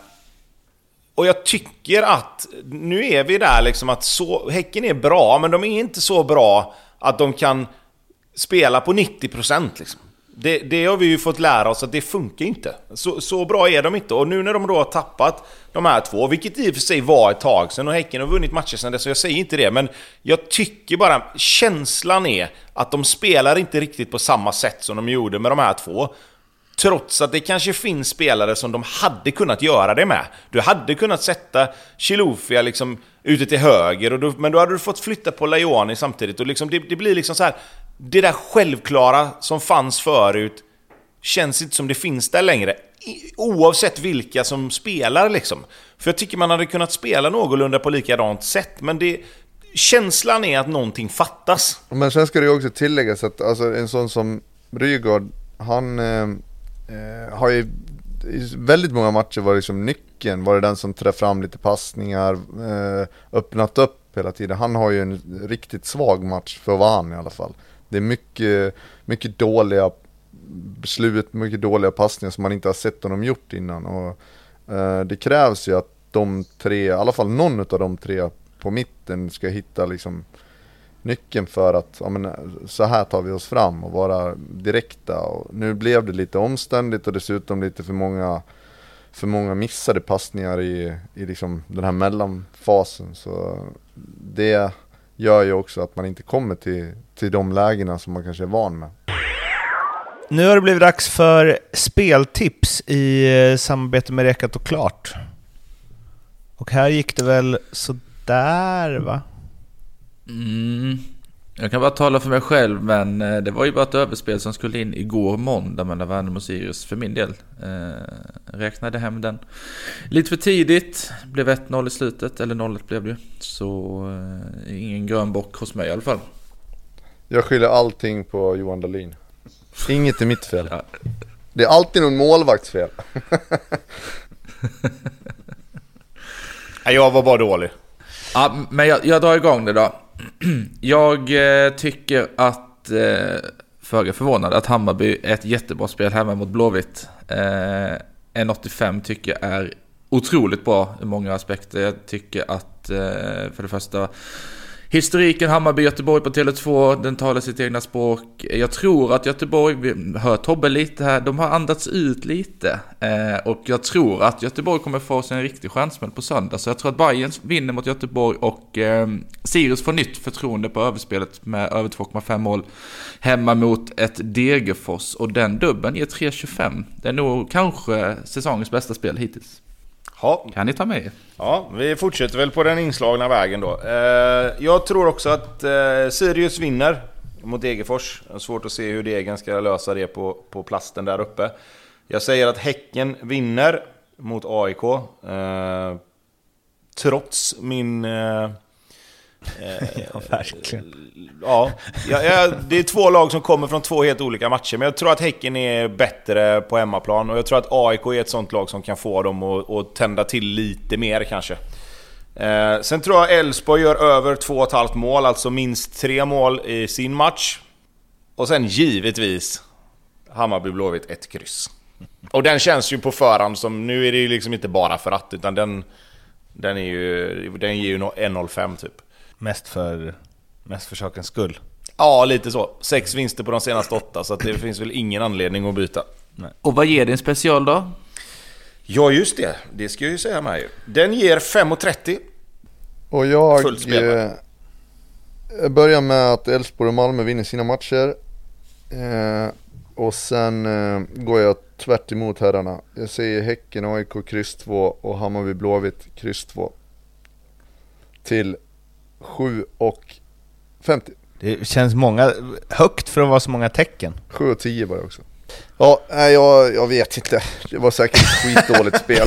och jag tycker att nu är vi där liksom att så, Häcken är bra, men de är inte så bra att de kan spela på nittio procent liksom. Det, det har vi ju fått lära oss att det funkar inte. Så, så bra är de inte. Och nu när de då har tappat de här två, vilket i och för sig var ett tag sedan, och Häcken har vunnit matcher sedan dess, så jag säger inte det, men jag tycker bara känslan är att de spelar inte riktigt på samma sätt som de gjorde med de här två. Trots att det kanske finns spelare som de hade kunnat göra det med. Du hade kunnat sätta Chilufya liksom ute till höger, och då, men då hade du fått flytta på Lajoni samtidigt. Och liksom, det, det blir liksom så här, det där självklara som fanns förut känns inte som det finns där längre. Oavsett vilka som spelar liksom. För jag tycker man hade kunnat spela någorlunda på likadant sätt, men det, känslan är att någonting fattas. Men sen ska det ju också tilläggas att alltså, en sån som Rygaard, han eh, har ju i väldigt många matcher varit liksom nyckeln, var det den som träffade fram lite passningar, eh, öppnat upp hela tiden. Han har ju en riktigt svag match för att vara han i alla fall. Det är mycket, mycket dåliga beslut, mycket dåliga passningar som man inte har sett honom gjort innan. Och, eh, det krävs ju att de tre, i alla fall någon av de tre på mitten ska hitta liksom nyckeln för att ja, men, så här tar vi oss fram och vara direkta. Och nu blev det lite omständigt och dessutom lite för många, för många missade passningar i, i liksom den här mellanfasen. Så det gör ju också att man inte kommer till, till de lägena som man kanske är van med. Nu har det blivit dags för speltips i samarbete med Rekat och Klart. Och här gick det väl så där, va? Mm. Jag kan bara tala för mig själv, men det var ju bara ett överspel som skulle in igår måndag mellan Värnamo och Sirius för min del. Eh, räknade hem den lite för tidigt, blev ett noll i slutet, eller noll ett blev det. Så eh, ingen grön bock hos mig i alla fall. Jag skyller allting på Johan Dahlin. Inget är mitt fel. Ja. Det är alltid någon målvaktsfel. Jag var bara dålig. Ja, men jag, jag drar igång det då. Jag eh, tycker att, eh, föga förvånad, att Hammarby är ett jättebra spel hemma mot Blåvitt. Eh, en åttiofem tycker jag är otroligt bra i många aspekter. Jag tycker att, eh, för det första, historiken Hammarby-Göteborg på Tele två, den talar sitt egna språk. Jag tror att Göteborg, vi hör Tobbe lite här, de har andats ut lite. Eh, och jag tror att Göteborg kommer få sig en riktig chansmäll på söndag. Så jag tror att Bayern vinner mot Göteborg och eh, Sirius får nytt förtroende på överspelet med över två komma fem mål hemma mot ett Degerfors. Och den dubben ger tre tjugofem. Det är nog kanske säsongens bästa spel hittills. Ja. Kan ni ta med? Ja, vi fortsätter väl på den inslagna vägen då. Eh, jag tror också att eh, Sirius vinner mot Degerfors. Det är svårt att se hur Degen ska lösa det på, på plasten där uppe. Jag säger att Häcken vinner mot A I K. Eh, trots min... Eh, Ja, verkligen. Ja, ja, ja, det är två lag som kommer från två helt olika matcher. Men jag tror att Häcken är bättre på hemmaplan. Och jag tror att A I K är ett sånt lag som kan få dem att, att tända till lite mer kanske. eh, Sen tror jag Elfsborg gör över två och ett halvt mål. Alltså minst tre mål i sin match. Och sen givetvis Hammarby Blåvitt ett kryss. Och den känns ju på förhand som, nu är det ju liksom inte bara för att, utan den, den, är ju, den ger ju en noll fem typ. Mest för, mest för sakens skull. Ja, lite så. Sex vinster på de senaste åtta, så att det finns väl ingen anledning att byta. Nej. Och vad ger din special då? Ja, just det. Det ska jag ju säga med ju. Den ger fem trettio. Och jag, Fullt spel, eh, jag börjar med att Elfsborg och Malmö vinner sina matcher. Eh, och sen eh, går jag tvärt emot herrarna. Jag säger Häcken, A I K, kryss två och Hammarby Blåvitt, kryss två. Till sju och femtio. Det känns många, högt för att vara så många tecken. sju och tio bara också. Ja, nej, jag, jag vet inte. Det var säkert ett skitdåligt spel.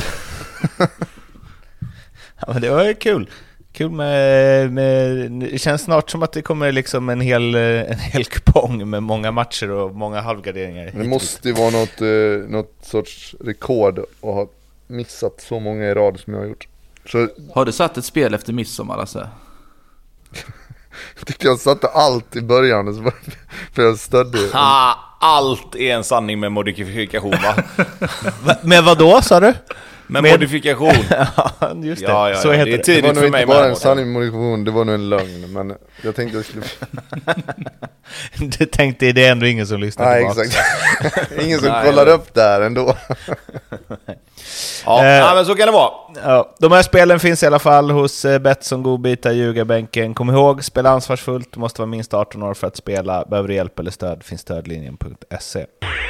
Ja, men det var ju kul. Kul med, med... Det känns snart som att det kommer liksom en hel, en hel kupong med många matcher och många halvgarderingar. Det måste ju vara något, eh, något sorts rekord att ha missat så många i rad som jag har gjort. Så Har du satt ett spel efter midsommar alltså? jag tyckte jag satte allt i början, så bara, för jag stödde. Ha, allt är en sanning med modifikation, va? Men vad då, sa du? Med, Med- modifikation. Ja, just det. Ja, ja, Så ja. heter Det är det. Det var tidigt nog för inte mig bara med. en sanning modifikation, det var nog en lögn. Men jag tänkte jag skulle... Du tänkte, det är ändå ingen som lyssnar Nej, tillbaka. exakt. Ingen som Nej, kollar nej. upp det här ändå. Ja, Eh. ja, men så kan det vara. Ja, de här spelen finns i alla fall hos eh, Betsson, Godbitar, Ljugarbänken. Kom ihåg, spela ansvarsfullt. Du måste vara minst arton år för att spela. Behöver du hjälp eller stöd finns stödlinjen punkt se.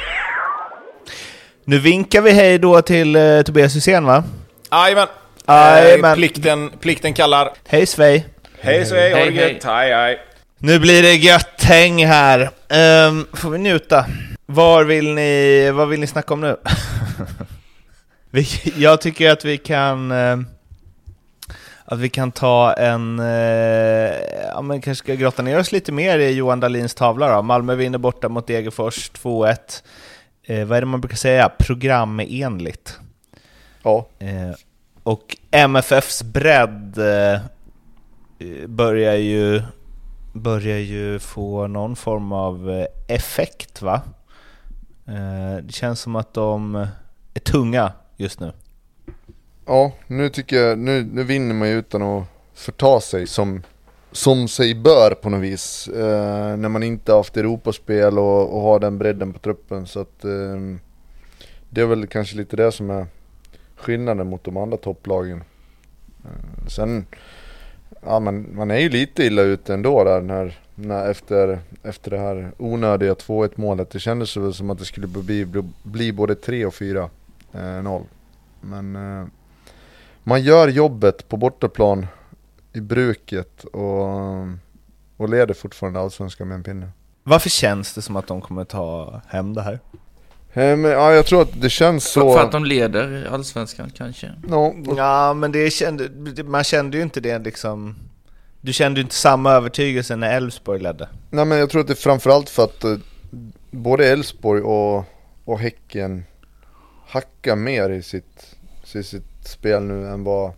Nu vinkar vi hej då till eh, Tobias Hysén, va? Jajamän. Jajamän. Eh, plikten, plikten kallar. Hej Svej. Hej så hej, ha det Hej, hej. gött. Hej, hej. Nu blir det gött häng här. Um, får vi njuta. Var vill ni, vad vill ni snacka om nu? vi, jag tycker att vi kan eh, att vi kan ta en eh, ja, men kanske ska grotta ner oss lite mer i Johan Dahlins tavla då. Malmö vinner borta mot Degerfors två ett. Eh, vad är det man brukar säga? Programenligt. Ja, Eh, och M F F:s bredd eh, börjar ju börjar ju få någon form av eh, effekt, va? Eh, det känns som att de är tunga just nu. ja nu tycker jag, nu, nu vinner man ju utan att förta sig som, som sig bör på något vis. Eh, när man inte har haft Europaspel och, och har den bredden på truppen. Så att eh, det är väl kanske lite det som är skillnaden mot de andra topplagen. Eh, sen, ja, man, man är ju lite illa ute ändå där när, när efter, efter det här onödiga två ett målet. Det kändes väl som att det skulle bli, bli, bli både tre och fyra noll. Men eh, man gör jobbet på bortaplan i bruket och, och leder fortfarande allsvenskan med en pinne. Varför känns det som att de kommer ta hem det här? Eh, men, ja, jag tror att det känns så... För att de leder allsvenskan kanske. Ja, och, Ja, men det kände, man kände ju inte det liksom. Du kände ju inte samma övertygelse när Elfsborg ledde. nej, men jag tror att det är framförallt för att eh, både Elfsborg och, och Häcken hackar mer i sitt, i sitt spel nu än vad,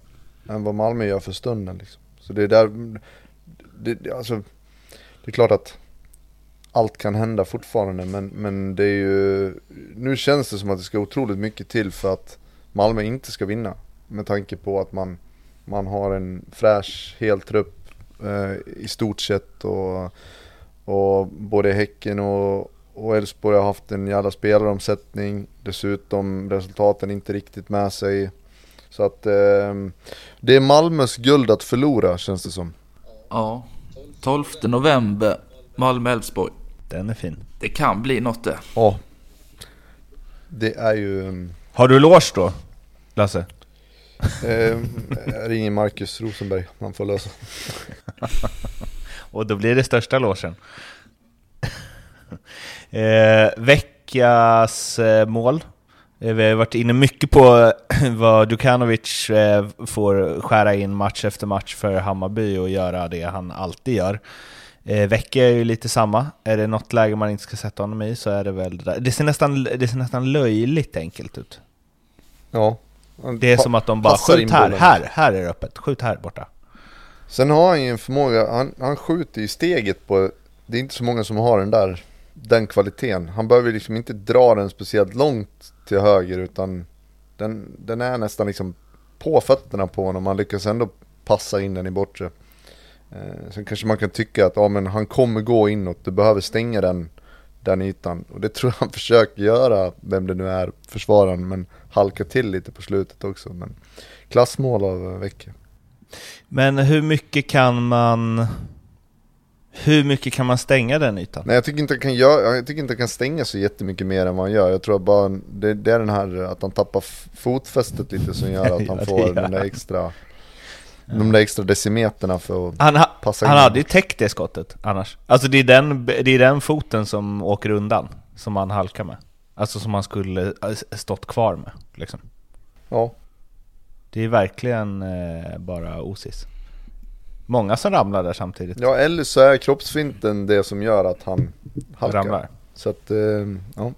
än vad Malmö gör för stunden liksom. Så det är där det, det, alltså, det är klart att allt kan hända fortfarande, men, men det är ju, nu känns det som att det ska otroligt mycket till för att Malmö inte ska vinna, med tanke på att man, man har en fräsch hel trupp eh, i stort sett, och, och både Häcken och och Elfsborg har haft en jävla spelaromsättning, dessutom resultaten inte riktigt med sig, så att eh, det är Malmös guld att förlora, känns det som. Ja, tolfte november, Malmö-Elfsborg. Den är fin. Det kan bli något där. Ja, det är ju... Har du lås då, Lasse? Eh, jag ringer Marcus Rosenberg, man får lösa. Och då blir det största låsen. eh, veckas eh, mål. Eh, vi har varit inne mycket på vad Djukanovic eh, får skära in match efter match för Hammarby och göra det han alltid gör. Eh, Vecka är ju lite samma. Är det något läge man inte ska sätta honom i, så är det väl det där. Det ser nästan, det ser nästan löjligt enkelt ut. Ja. Det är som att de bara, skjut här, här, här är det öppet, skjut här borta. Sen har han ju en förmåga, han, han skjuter i steget på, det är inte så många som har den där, den kvaliteten. Han behöver liksom inte dra den speciellt långt till höger, utan den, den är nästan liksom på fötterna på honom. Man lyckas ändå passa in den i bortre. Eh, sen kanske man kan tycka att ja, men han kommer gå inåt, du behöver stänga den, den ytan. Och det tror jag han försöker göra, vem det nu är, försvararen, men halkar till lite på slutet också. Men klassmål av Vecka. Men hur mycket kan man hur mycket kan man stänga den ytan? Nej, jag tycker inte jag kan göra, jag tycker inte jag kan stänga så jättemycket mer än vad han gör. Jag tror bara det, det är den här att han tappar fotfästet lite som gör att han ja, får den där extra de där extra decimeterna för att han ha, passa han in. hade ju täckt det skottet annars. Alltså det är den det är den foten som åker undan, som han halkar med. Alltså som han skulle stått kvar med liksom. Ja. Det är verkligen eh, bara osis. Många som ramlar där samtidigt. Ja, eller så är kroppsfinten det som gör att han halkar. Ramlar. Så att, eh, ja.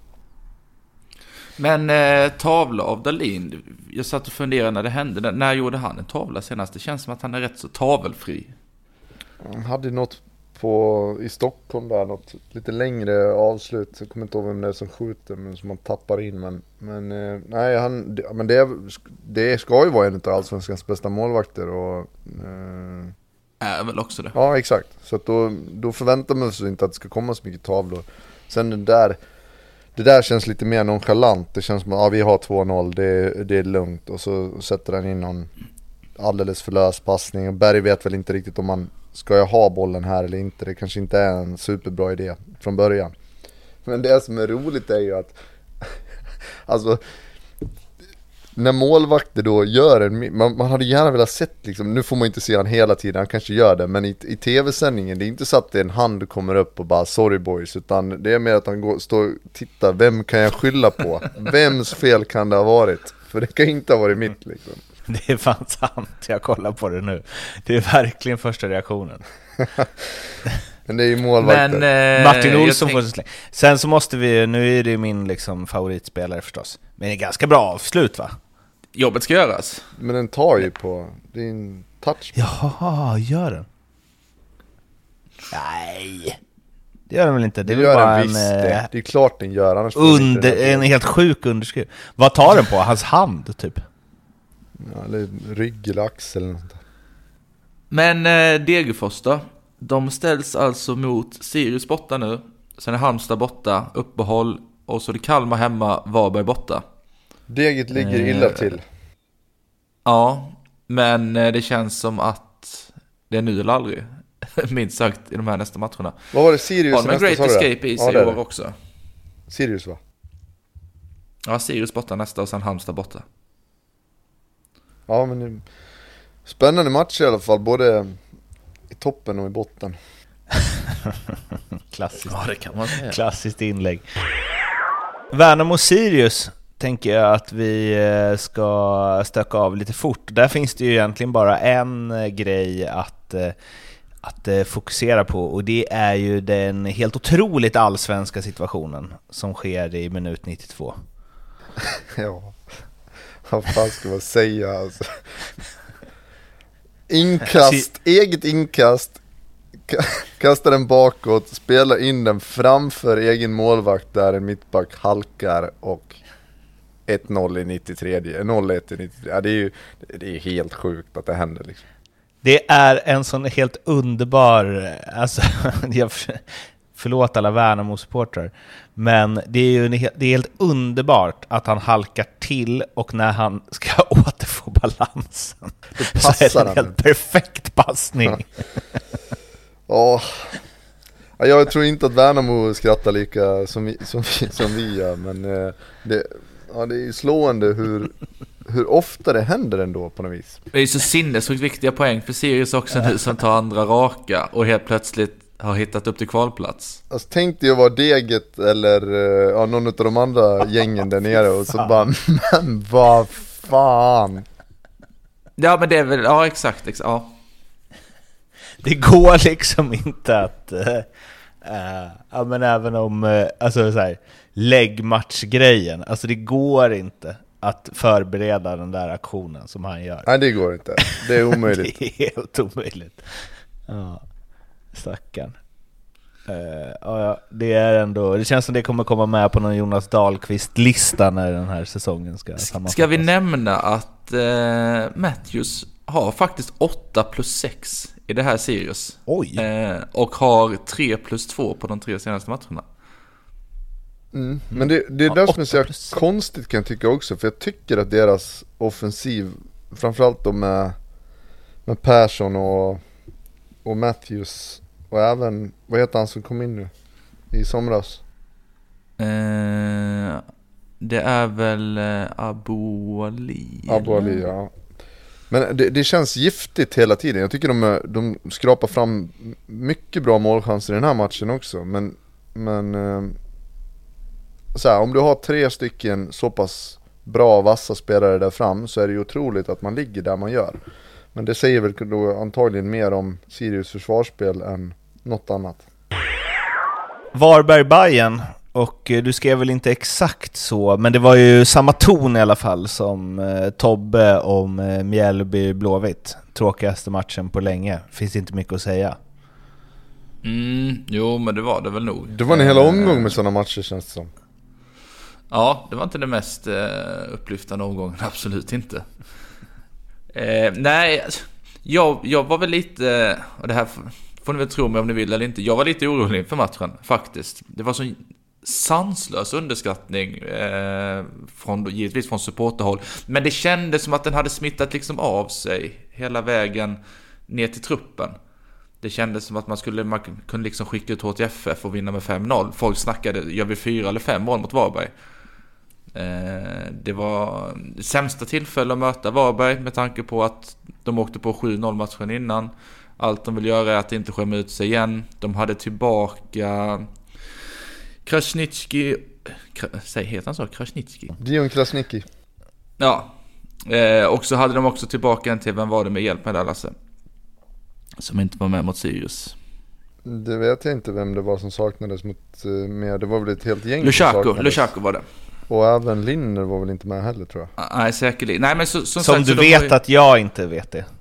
Men eh, tavla av Dahlin, jag satt och funderade när det hände. När gjorde han en tavla senast? Det känns som att han är rätt så tavelfri. Han hade något på, i Stockholm där, något lite längre avslut. Jag kommer inte ihåg vem det är som skjuter, men som man tappar in. Men, men eh, nej, han, det, men det, det ska ju vara en av allsvenskans bästa målvakter. Och, eh, Är väl också det. ja, exakt. Så att då, då förväntar man sig inte att det ska komma så mycket tavlor. Sen det där, det där känns lite mer nonchalant. Det känns som att ja, vi har två noll, det, det är lugnt. Och så sätter han in någon alldeles för lös passning. Och Berg vet väl inte riktigt om man ska jag ha bollen här eller inte. Det kanske inte är en superbra idé från början. Men det som är roligt är ju att alltså när målvakter då gör en, man, man hade gärna velat sett liksom, nu får man inte se han hela tiden, han kanske gör det, men i, i tv-sändningen, det är inte så att det är en hand kommer upp och bara sorry boys, utan det är mer att han går, står och tittar, vem kan jag skylla på? Vems fel kan det ha varit? För det kan inte ha varit mitt liksom. Det är fan sant, jag kollar på det nu. Det är verkligen första reaktionen. Men det är ju målvakter. Men, eh, Martin Olsson tänk... får sig släng. Sen så måste vi, nu är det min liksom favoritspelare förstås. Men det är ganska bra avslut, va? Jobbet ska göras. Men den tar ju på, det är en touch. Jaha, gör den? Nej, det gör den väl inte. Det är Det väl gör bara den en, visst eh, det. Det är klart den gör, annars får den inte under, den här- en helt sjuk underskriv. Vad tar den på? Hans hand, typ? ja, eller rygg eller axel eller något där. Men eh, Degerfors då? De ställs alltså mot Sirius borta nu. Sen är Halmstad borta, uppehåll. Och så är det Kalmar hemma, Varberg borta. Deget ligger illa till. Ja, men eh, det känns som att det är nu eller aldrig. Minst sagt i de här nästa matcherna. Vad var det? Sirius Har de en nästa, Great sa du det? Escape i Ja, sig det i är år det. också? Sirius, va? Ja, Sirius borta nästa och sen Halmstad borta. Ja, men det- spännande match i alla fall, både i toppen och i botten. Klassiskt. Ja, det kan man säga. Klassiskt inlägg. Värnamo Sirius tänker jag att vi eh, ska stöka av lite fort. Där finns det ju egentligen bara en eh, grej att, eh, att eh, fokusera på, och det är ju den helt otroligt allsvenska situationen som sker i minut nittiotvå. Ja, vad fan ska man säga alltså? Inkast, eget inkast, kastar den bakåt, spelar in den framför egen målvakt där en mittback halkar och ett noll i nittiotre, noll ett i nittiotre. Ja, det är ju det är helt sjukt att det händer liksom. Det är en sån helt underbar, alltså, jag, förlåt alla Värnamo-supportrar, men det är ju en, det är helt underbart att han halkar till och när han ska återfå balansen det passar så är det en helt perfekt passning. Ja. Ja, jag tror inte att Värnamo skrattar lika som vi, som vi, som vi gör, men eh, det, ja, det är slående hur, hur ofta det händer ändå på något vis. Det är så sinnessjukt viktiga poäng för Sirius också nu som tar andra raka och helt plötsligt har hittat upp till kvalplats. Alltså tänkte jag vara Deget eller ja, någon av de andra gängen där nere och så bara, men vad fan. Ja, men det är väl, ja exakt, exakt ja. Det går liksom inte att uh, uh, ja, men även om uh, alltså så här, läggmatchgrejen, alltså det går inte att förbereda den där aktionen som han gör. Nej, det går inte. Det är omöjligt. Det är helt omöjligt. Ja, stackarn. Uh, ja, det är ändå, det känns som det kommer komma med på någon Jonas Dahlqvist-lista när den här säsongen ska sammanfattas. Ska vi nämna att uh, Matthews har faktiskt åtta plus sex i det här Sirius. Oj. Eh, och har tre plus två på de tre senaste matcherna. Mm. Men det, det är Ja, där som är så plus. konstigt kan jag tycka också. För jag tycker att deras offensiv, framförallt då med, med Persson och, och Matthews och även, vad heter han som kom in nu i somras? Eh, det är väl eh, Abu Ali. Abu Ali, ja. Men det, det känns giftigt hela tiden. Jag tycker de, är, de skrapar fram mycket bra målchanser i den här matchen också. Men, men eh, så här, om du har tre stycken så pass bra, vassa spelare där fram så är det ju otroligt att man ligger där man gör. Men det säger väl då antagligen mer om Sirius försvarsspel än något annat. Varberg-Bayern. Och du skrev väl inte exakt så, men det var ju samma ton i alla fall som eh, Tobbe om eh, Mjällby Blåvitt. Tråkigaste matchen på länge. Finns inte mycket att säga. Mm, jo, men det var det väl nog. Det var en hela omgång med sådana matcher känns det som. Ja, det var inte det mest eh, upplyftande omgången, absolut inte. Eh, nej, jag, jag var väl lite, och det här får ni väl tro mig om ni vill eller inte, jag var lite orolig för matchen faktiskt. Det var så sanslös underskattning eh, från, givetvis från supporterhåll, men det kändes som att den hade smittat liksom av sig hela vägen ner till truppen. Det kändes som att man skulle man kunde liksom skicka ut H T F F och vinna med fem noll. Folk snackade, gör vi fyra eller fem mål mot Varberg? Eh, det var sämsta tillfälle att möta Varberg med tanke på att de åkte på sju noll matchen innan. Allt de vill göra är att inte skämma ut sig igen. De hade tillbaka Krasniqi, säg heter han så? Krasniqi? Dion Krasniqi. Ja, eh, och så hade de också tillbaka en till, vem var det med hjälp med där, Lasse? Som inte var med mot Sirius. Det vet jag inte vem det var som saknades mot uh, med. Det var väl ett helt gäng. Lushako, Lushako var det. Och även Linner var väl inte med heller, tror jag. Ah, nej, säkerligen. Nej, men så, som Som sagt, du så vet ju... att jag inte vet det.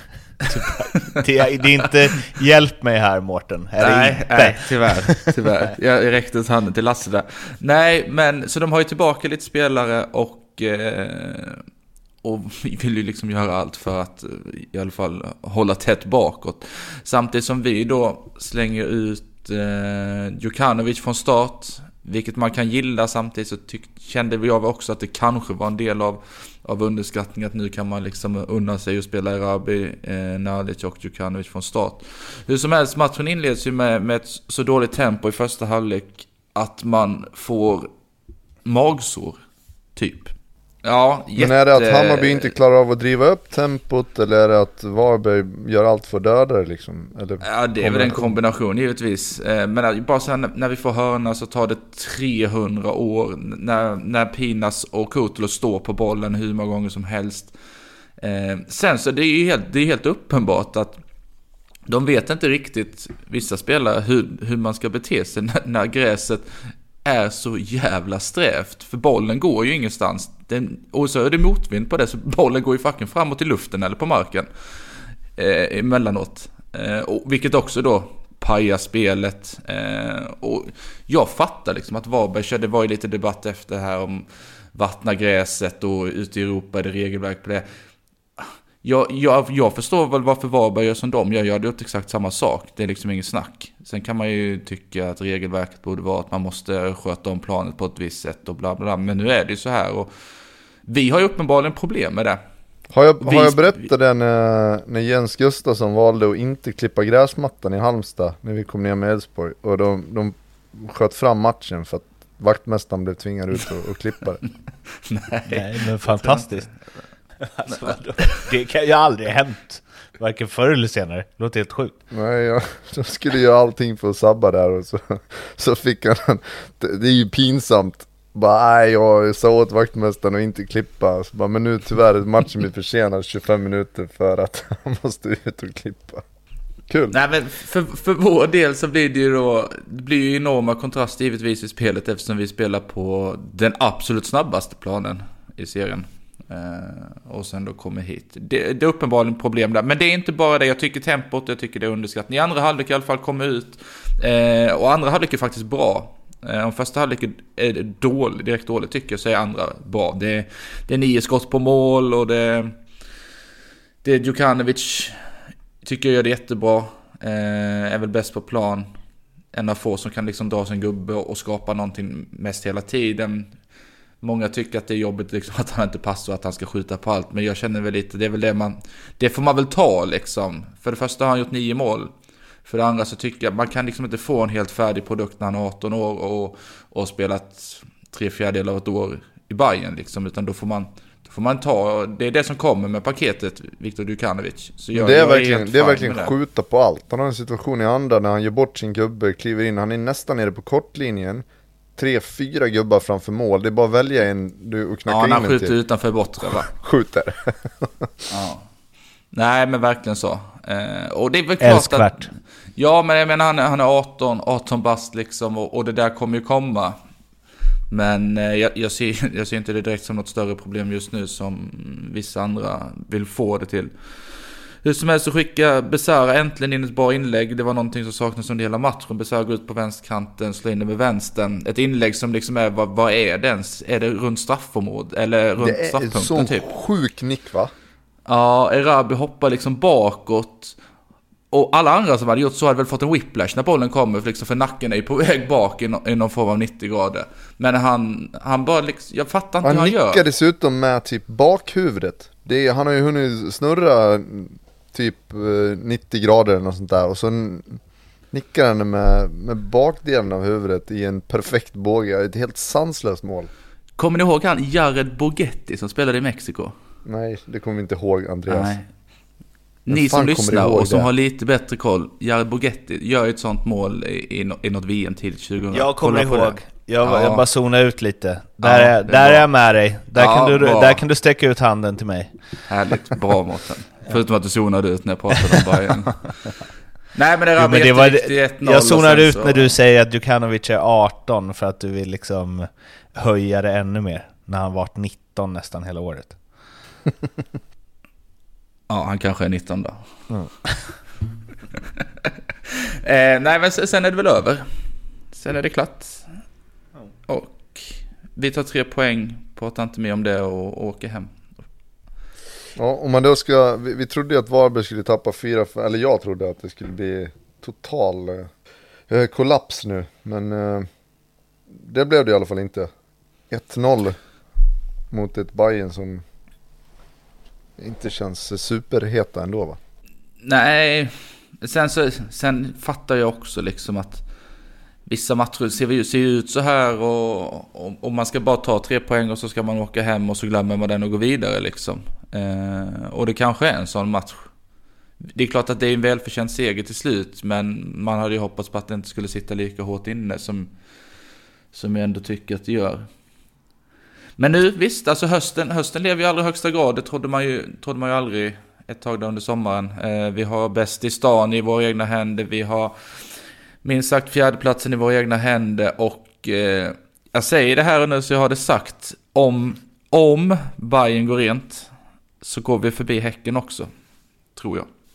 det, är, det är inte hjälp mig här, Mårten. Nej, nej, tyvärr, tyvärr. Jag räckte ut handen till Lasse där. Nej, men så de har ju tillbaka lite spelare och eh, och vi vill ju liksom göra allt för att i alla fall hålla tätt bakåt. Samtidigt som vi då slänger ut eh, Djukanovic från start, vilket man kan gilla. Samtidigt så tyck, kände vi av också att det kanske var en del av, av underskattning att nu kan man liksom unna sig och spela Erabi, eh, Nalic och Djukanovic från start. Hur som helst, matchen inleds ju med, med ett så dåligt tempo i första halvlek att man får magsår, typ. Ja, jätte... Men är det att Hammarby inte klarar av att driva upp tempot, eller är det att Varberg gör allt för dödare liksom? Eller ja, det är väl en kombination givetvis. Men bara så här, när vi får hörna så tar det trehundra år. När, när Pinas och Kutlo står på bollen hur många gånger som helst. Sen så det är ju helt, det är helt uppenbart att de vet inte riktigt, vissa spelare, hur, hur man ska bete sig när, när gräset är så jävla strävt. För bollen går ju ingenstans. Den, och så är det motvind på det, så bollen går ju fucking framåt i luften eller på marken. eh, emellanåt. Eh, och, vilket också då pajar spelet. Eh, och jag fattar liksom att Varberg körde, det var ju lite debatt efter här om vattna gräset och ute i Europa är det regelverk på det. Jag, jag, jag förstår väl varför Varberg gör som de gör. Jag hade gjort exakt samma sak. Det är liksom ingen snack. Sen kan man ju tycka att regelverket borde vara att man måste sköta om planet på ett visst sätt och bla bla bla. Men nu är det ju så här. Och vi har ju uppenbarligen problem med det. Har jag, vi, har jag berättat det när, när Jens Gustafsson valde att inte klippa gräsmattan i Halmstad när vi kom ner med Elfsborg? Och de, de sköt fram matchen för att vaktmästaren blev tvingad ut och, och klippa det. Nej. Nej, men fantastiskt. Alltså, det kan ju aldrig ha hänt. Varken förr eller senare. Det låter helt sjukt. Nej, jag, de skulle göra allting för att sabba där. Och så, så fick han... Det, det är ju pinsamt. Bara, nej, jag sa åt vaktmästaren att inte klippa. Så bara, men nu tyvärr är matchen blir försenad tjugofem minuter för att han måste ut och klippa. Kul. Nej, men för, för vår del så blir det ju då, det blir ju enorma kontraster givetvis i spelet eftersom vi spelar på den absolut snabbaste planen i serien. Uh, och sen då kommer hit. Det, det är uppenbarligen problem där. Men det är inte bara det. Jag tycker tempot, jag tycker det är underskattat. I andra halvlek i alla fall kommer ut. Uh, och andra halvlek är faktiskt bra. Uh, om första halvlek är dålig, direkt dåligt tycker jag, så är andra bra. Det, det är nio skott på mål och det, det är Djukanovic tycker jag gör det jättebra. Uh, är väl bäst på plan. En av få som kan liksom dra sin gubbe och skapa någonting mest hela tiden. Många tycker att det är jobbigt liksom, att han inte passar och att han ska skjuta på allt. Men jag känner väl lite, det är väl det man... Det får man väl ta liksom. För det första har han gjort nio mål. För det andra så tycker jag man kan liksom inte få en helt färdig produkt när han är arton år och, och spelat tre fjärdedelar av ett år i Bayern liksom. Utan då får man, då får man ta... Det är det som kommer med paketet, Viktor Djukanovic. Så jag, det är jag verkligen, är det är verkligen skjuta på allt. Han har en situation i andra när han gör bort sin gubbe, kliver in. Han är nästan nere på kortlinjen. Tre, fyra gubbar framför mål. Det är bara att välja en du och knacka ja, in han en skjuter till. utanför bortre, va? Skjuter. Ja. Nej, men verkligen så. Eh, och det är väl klart Älskvärt. att... Ja, men jag menar han är, han är arton, arton bast liksom. Och, och det där kommer ju komma. Men eh, jag, jag, ser, jag ser inte det direkt som något större problem just nu som vissa andra vill få det till. Hur som helst så skickar Besara äntligen in ett bra inlägg. Det var någonting som saknades under hela matchen. Besara går ut på vänsterkanten, slår in det med vänstern. Ett inlägg som liksom är, vad, vad är det ens? Är det runt straffområdet? Eller runt straffpunkten typ? Det är så sjuk nick, va? Ja, Erabi hoppar liksom bakåt. Och alla andra som hade gjort så hade väl fått en whiplash när bollen kommer. För, liksom, för nacken är ju på väg bak i, no, i någon form av nittio grader. Men han, han bara liksom, jag fattar inte han hur han gör. Han nickar dessutom med typ bakhuvudet. Det är, han har ju hunnit snurra... typ nittio grader eller något sånt där. Och så nickar han med, med bakdelen av huvudet i en perfekt båge. Ett helt sanslöst mål. Kommer ni ihåg han Jared Borgetti som spelade i Mexiko? Nej, det kommer vi inte ihåg, Andreas. Nej. Ni som lyssnar och som det? har lite bättre koll, Jared Borgetti gör ett sånt mål i, i, i något V M till tjugo. Jag kommer ihåg. Jag, ja. jag bara zonar ut lite. Där, ja, är, där är jag med dig. Där, ja, kan du, där kan du sträcka ut handen till mig. Härligt, bra Mårten. Förutom att du zonade ut när jag pratade om Bayern. Nej, men det, jo, men det var ett noll. Jag zonade ut så... när du säger att Djukanovic är arton för att du vill liksom höja det ännu mer. När han varit nitton nästan hela året. Ja, han kanske är nitton då. Mm. eh, nej, men sen är det väl över. Sen är det klart. Och vi tar tre poäng, pratar inte mer om det och, och åker hem. Ja, om man då ska, vi, vi trodde att Varberg skulle tappa fyra, eller jag trodde att det skulle bli total eh, kollaps nu. Men eh, det blev det i alla fall inte. ett noll mot ett Bayern som inte känns superheta ändå, va? Nej, sen, så, sen fattar jag också liksom att vissa matcher ser, ser ut så här och, och, och man ska bara ta tre poäng och så ska man åka hem och så glömmer man den och gå vidare liksom. Eh, och det kanske är en sån match. Det är klart att det är en välförtjänt seger till slut, men man hade ju hoppats på att det inte skulle sitta lika hårt inne som, som jag ändå tycker att det gör. Men nu, visst, alltså hösten, hösten lever ju aldrig i högsta grad. Det trodde man ju, trodde man ju aldrig ett tag där under sommaren. Eh, vi har bäst i stan i våra egna händer. Vi har minst sagt fjärdeplatsen i våra egna händer. Och eh, jag säger det här nu så jag har det sagt. Om, om Bayern går rent så går vi förbi Häcken också, tror jag.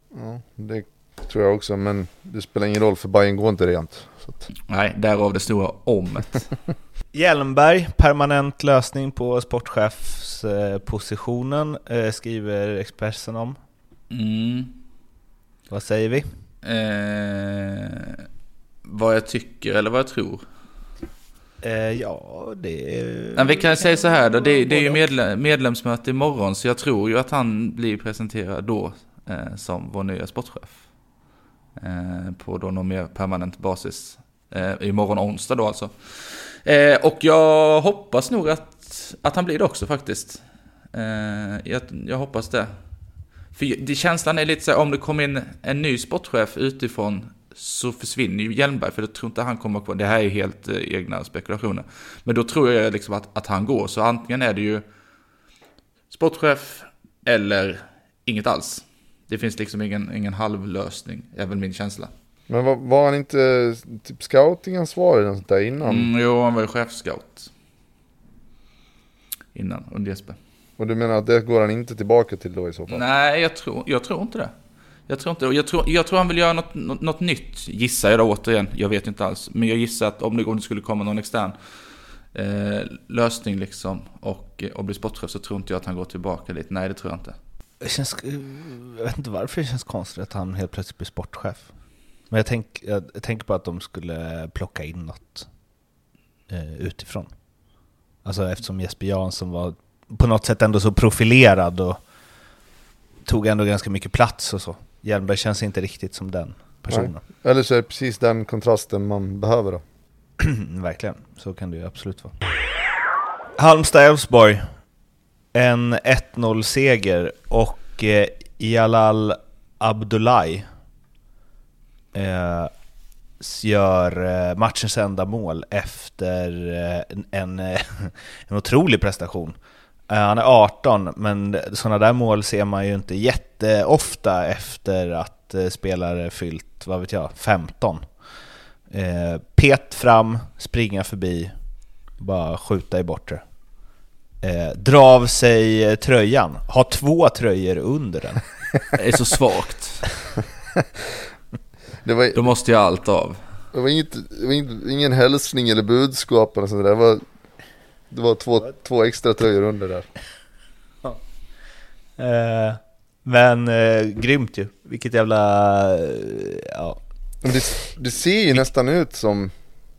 Ja, det tror jag också, men det spelar ingen roll för Bayern går inte rent. Så att... Nej, därav det stora omet. Hjelmberg, permanent lösning på sportchefspositionen, eh, skriver Expressen om. Mm. Vad säger vi? Eh, vad jag tycker eller vad jag tror. Eh, ja, det är... Men vi kan säga så här då, det, det är ju medlem, medlemsmöte imorgon, så jag tror ju att han blir presenterad då eh, som vår nya sportchef. Eh, på då någon mer permanent basis. Eh, imorgon onsdag då alltså. Eh, och jag hoppas nog att, att han blir det också faktiskt. Eh, jag, jag hoppas det. För det, känslan är lite så här, om det kommer in en ny sportchef utifrån så försvinner ju Hjelmberg, för då tror inte han kommer kvar. Det här är ju helt eh, egna spekulationer. Men då tror jag liksom att, att han går. Så antingen är det ju sportchef eller inget alls. Det finns liksom ingen, ingen halvlösning, är väl min känsla. Men var, var han inte typ scoutingansvarig eller sånt där innan? Mm, jo, han var ju chefscout innan under Jesper. Och du menar att det går han inte tillbaka till då i så fall? Nej, jag tror, jag tror inte det. Jag tror inte, och jag tror, jag tror han vill göra något, något, något nytt, gissar jag då återigen. Jag vet inte alls, men jag gissar att om det, om det skulle komma någon extern eh, lösning liksom och, och bli sportchef, så tror inte jag att han går tillbaka lite. Nej, det tror jag inte. Det känns, jag vet inte varför det känns konstigt att han helt plötsligt blir sportchef. Men jag, tänk, jag, jag tänker på att de skulle plocka in något eh, utifrån. Alltså eftersom Jesper Jansson var på något sätt ändå så profilerad och tog ändå ganska mycket plats och så. Hjelmberg känns inte riktigt som den personen. Nej. Eller så är det precis den kontrasten man behöver då. Verkligen, så kan det ju absolut vara. Halmstad-Elfsborg. En ett noll-seger och eh, Jalal Abdullahi eh, gör eh, matchens enda mål efter eh, en, en, en otrolig prestation. Eh, han är arton, men sådana där mål ser man ju inte jätteofta efter att eh, spelare fyllt, vad vet jag, femton. Eh, pet fram, springa förbi, bara skjuta i bortre. Eh, dra av sig tröjan, ha två tröjor under den. Det är så svagt. Det var, Då måste jag allt av. Det var, inget, det var inget, ingen hälsning eller budskap eller sånt där. Det var, det var två, två extra tröjor under där. Ja. Eh, men eh, grymt ju. Vilket jävla... Eh, ja. Men det, det ser ju nästan ut som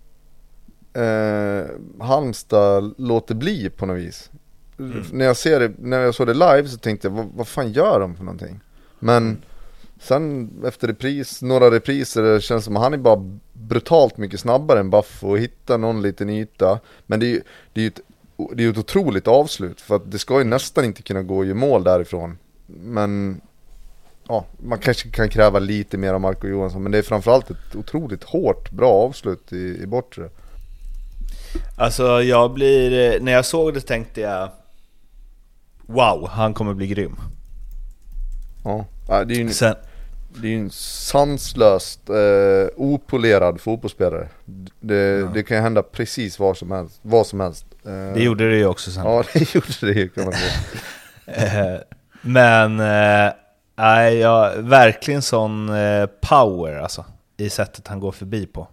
eh, Halmstad låter bli på något vis. Mm. När jag ser det, när jag såg det live så tänkte jag, vad, vad fan gör de för någonting? Men sen efter repris, några repriser, det känns som att han är bara brutalt mycket snabbare än Buff och hittar någon liten yta. Men det är ju det är ett, det är ett otroligt avslut, för att det ska ju nästan inte kunna gå i mål därifrån. Men ja, man kanske kan kräva lite mer av Marco Johansson, men det är framförallt ett otroligt hårt, bra avslut i, i bortre. Alltså jag blir, när jag såg det tänkte jag, wow, han kommer bli grym. Ja, det är ju en, Sen, det är en sanslöst eh, opolerad fotbollsspelare. Det, ja. det kan ju hända precis vad som helst, vad som helst. Eh, det gjorde det ju också sen. Ja, det gjorde det ju, kan man säga. Men eh, nej, ja, verkligen sån eh, power alltså, i sättet han går förbi på.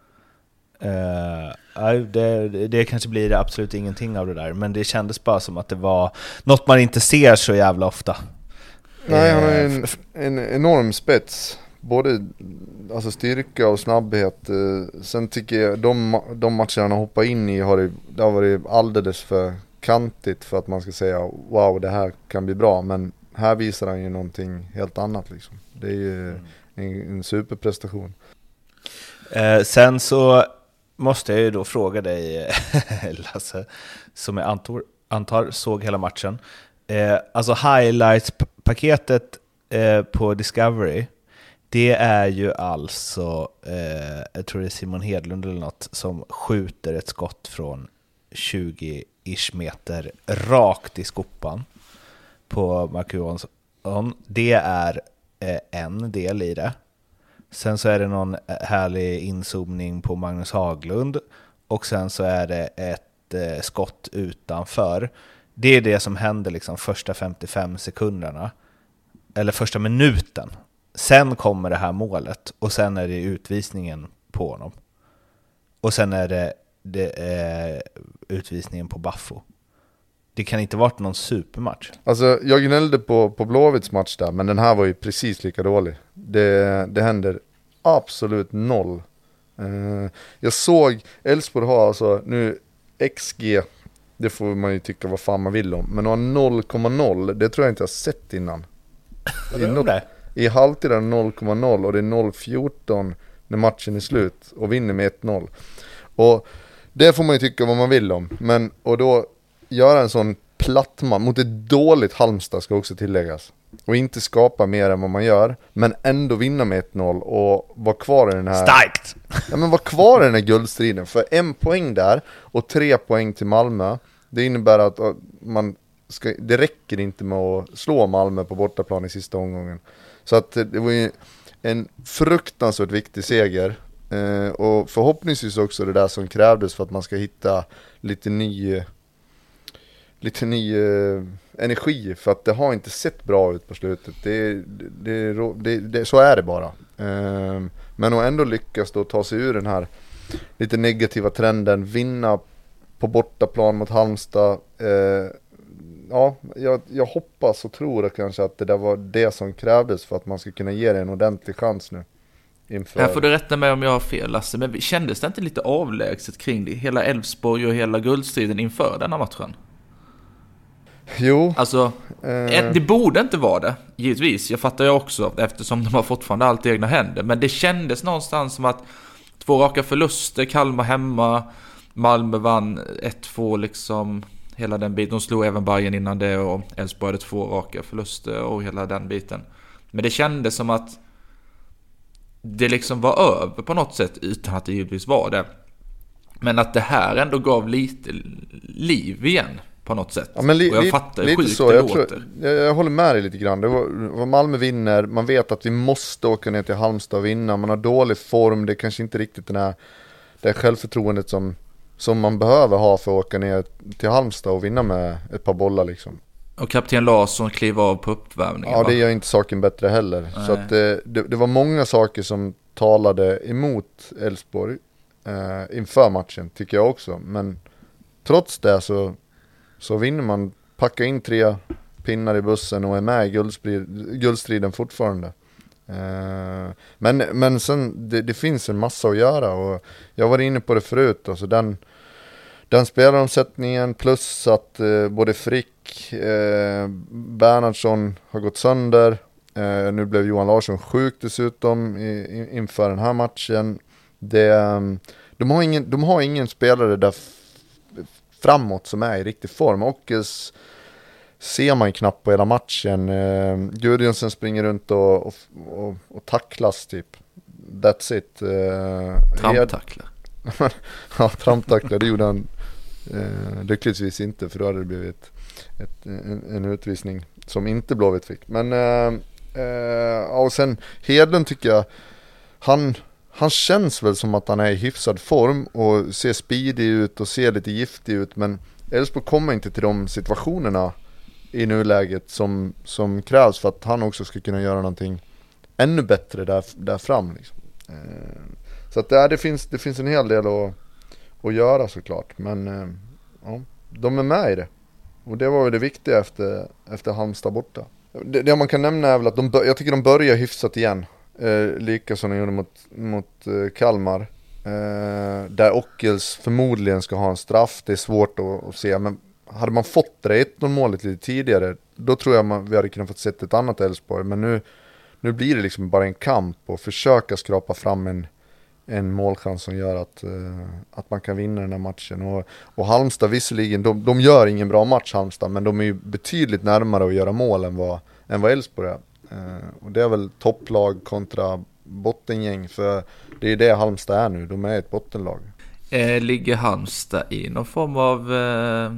Uh, det, det kanske blir det absolut ingenting av det där, men det kändes bara som att det var något man inte ser så jävla ofta. Nej, han har en, en enorm spets, både alltså styrka och snabbhet. Sen tycker jag de, de matcher han har hoppat in i har det, det har varit alldeles för kantigt för att man ska säga wow, det här kan bli bra, men här visar han ju någonting helt annat liksom. Det är ju mm. en, en superprestation. Uh, sen så måste jag ju då fråga dig, Lasse, som jag antar, antar såg hela matchen. Eh, alltså highlights-paketet eh, på Discovery, det är ju alltså, eh, jag tror det är Simon Hedlund eller något, som skjuter ett skott från tjugo-ish meter rakt i skopan på Marco Johansson. Det är eh, en del i det. Sen så är det någon härlig inzoomning på Magnus Haglund. Och sen så är det ett eh, skott utanför. Det är det som händer liksom första femtiofem sekunderna. Eller första minuten. Sen kommer det här målet och sen är det utvisningen på honom. Och sen är det, det är utvisningen på Baffo. Det kan inte varit någon supermatch. Alltså jag gnällde på, på Blåvitts match där, men den här var ju precis lika dålig. Det, det händer absolut noll. Uh, jag såg Elfsborg ha alltså nu X G, det får man ju tycka vad fan man vill om, men har noll komma noll, det tror jag inte jag sett innan. I, no- I halvtid är det noll komma noll och det är noll fjorton när matchen är slut och vinner med ett noll. Och det får man ju tycka vad man vill om, men och då göra en sån plattman mot ett dåligt Halmstad ska också tilläggas. Och inte skapa mer än vad man gör, men ändå vinna med ett noll och vara kvar i den här... Starkt! Ja, men vara kvar i den här guldstriden. För en poäng där och tre poäng till Malmö, det innebär att man ska, det räcker inte med att slå Malmö på bortaplan i sista omgången. Så att det var ju en fruktansvärt viktig seger. Eh, och förhoppningsvis också det där som krävdes för att man ska hitta lite ny... lite ny eh, energi, för att det har inte sett bra ut på slutet. Det, det, det, det, så är det bara. Eh, men att ändå lyckas då ta sig ur den här lite negativa trenden, vinna på bortaplan mot Halmstad. Eh, ja, jag, jag hoppas och tror att kanske att det där var det som krävdes för att man ska kunna ge det en ordentlig chans nu. Inför... Här får du rätta mig om jag har fel, Lasse, men kändes det inte lite avlägset kring det? Hela Elfsborg och hela guldstriden inför denna matchen? Jo. Alltså, eh... det borde inte vara det, givetvis. Jag fattar ju också, eftersom de har fortfarande allt i egna händer. Men det kändes någonstans som att två raka förluster, Kalmar hemma, Malmö vann ett två liksom, hela den biten. De slog även Bayern innan det och Elfsborg hade två raka förluster och hela den biten. Men det kändes som att det liksom var över på något sätt, utan att det givetvis var det. Men att det här ändå gav lite liv igen på något sätt. Ja, men li- och jag li- fattar lite hur sjukt så. det Jag, låter. tror, jag, jag håller med dig lite grann. Det var, var Malmö vinner, man vet att vi måste åka ner till Halmstad och vinna. Man har dålig form, det är kanske inte riktigt den här, det här självförtroendet som, som man behöver ha för att åka ner till Halmstad och vinna med ett par bollar liksom. Och kapten Larsson kliver av på uppvärmningen. Ja, det gör inte saken bättre heller. Nej. Så att det, det, det var många saker som talade emot Elfsborg eh, inför matchen, tycker jag också. Men trots det så, så vinner man, packa in tre pinnar i bussen och är med i guldstriden, guldstriden fortfarande. Eh, men, men sen, det, det finns en massa att göra och jag var inne på det förut. Alltså den, den spelaromsättningen plus att eh, både Frick, eh, Bernhardsson har gått sönder. Eh, nu blev Johan Larsson sjuk dessutom i, i, inför den här matchen. Det, de, har ingen, de har ingen spelare där f- framåt som är i riktig form. Ockels ser man knappt på hela matchen. Eh, Gudjonsen springer runt och, och, och, och tacklas typ. That's it. Eh, Tramptacklar. ja, tramptacklar, det gjorde han eh, lyckligtvis inte, för då hade det blivit ett, en, en utvisning som inte Blåvitt fick. Men eh, eh, och sen Hedlund tycker jag, han, han känns väl som att han är i hyfsad form och ser speedig ut och ser lite giftig ut, men Elfsborg kommer inte till de situationerna i nuläget som, som krävs för att han också ska kunna göra någonting ännu bättre där, där fram liksom. eh, Så att det, det, finns, det finns en hel del att, att göra såklart. Men eh, ja, de är med i det. Och det var ju det viktiga efter, efter Halmstad borta. Det, det man kan nämna är väl att de, jag tycker de börjar hyfsat igen. Eh, lika som de gjorde mot, mot eh, Kalmar. Eh, där Ockels förmodligen ska ha en straff. Det är svårt att, att se. Men hade man fått det ett noll målet lite tidigare, då tror jag man, vi hade kunnat få sett ett annat Elfsborg. Men nu, nu blir det liksom bara en kamp och försöka skrapa fram en en målchans som gör att, uh, att man kan vinna den här matchen. Och, och Halmstad visserligen, de, de gör ingen bra match Halmstad, men de är ju betydligt närmare att göra mål än vad, än vad Elfsborg är. Uh, och det är väl topplag kontra bottengäng, för det är det Halmstad är nu, de är ett bottenlag. Eh, ligger Halmstad i någon form av eh,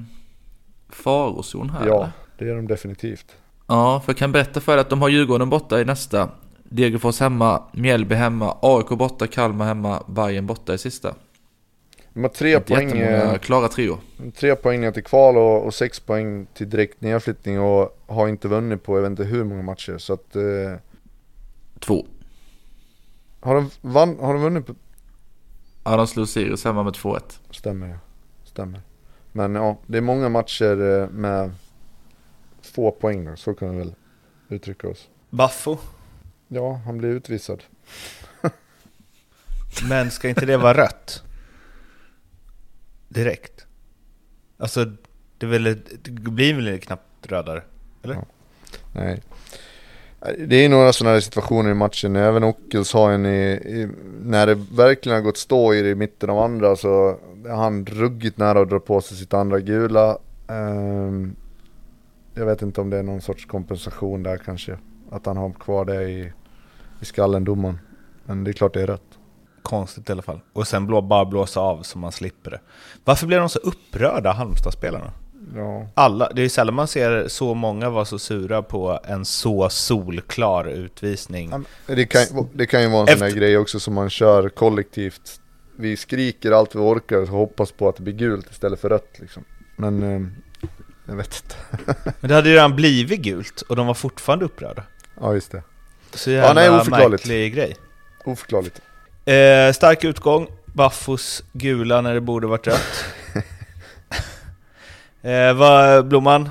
farozon här? Ja, eller? det är de definitivt. Ja, för jag kan berätta för dig att de har Djurgården borta i nästa. Degerfors hemma, Mjällby hemma, A I K borta, Kalmar hemma, Bayern borta i sista. De har tre poäng, klara trio. Tre poäng ner till kval och, och sex poäng till direkt nedflyttning och har inte vunnit på jag vet inte hur många matcher. Så att, eh, Två. Har de, vann, har de vunnit på... Ja, de slog Sirius hemma med två ett. Stämmer, ja. Stämmer. Men ja, det är många matcher med få poäng då, så kan vi väl uttrycka oss. Baffo. Ja, han blir utvisad. Men ska inte det vara rött? Direkt. Alltså, det, väl, det blir väl knappt rödare, eller? Ja. Nej. Det är några sådana här situationer i matchen. Även Ockels har en i, i, när det verkligen har gått stå i det i mitten av andra, så är han ruggigt nära att dra på sig sitt andra gula. Um, jag vet inte om det är någon sorts kompensation där kanske. Att han har kvar det i, i skallen, domaren. Men det är klart det är rätt. Konstigt i alla fall. Och sen blå, bara blåsa av så man slipper det. Varför blir de så upprörda, Halmstad-spelarna? Ja. Alla, det är ju sällan man ser så många vara så sura på en så solklar utvisning. Det kan, det kan ju vara en Efter... sån här grej också som man kör kollektivt. Vi skriker allt vi orkar och hoppas på att det blir gult istället för rött liksom. Men eh, jag vet inte. Men det hade ju redan blivit gult och de var fortfarande upprörda. Ja, just det. Så jävla ja, nej, märklig grej. Oförklarligt. Eh, stark utgång. Baffos gula när det borde varit rött. eh, vad, Blomman?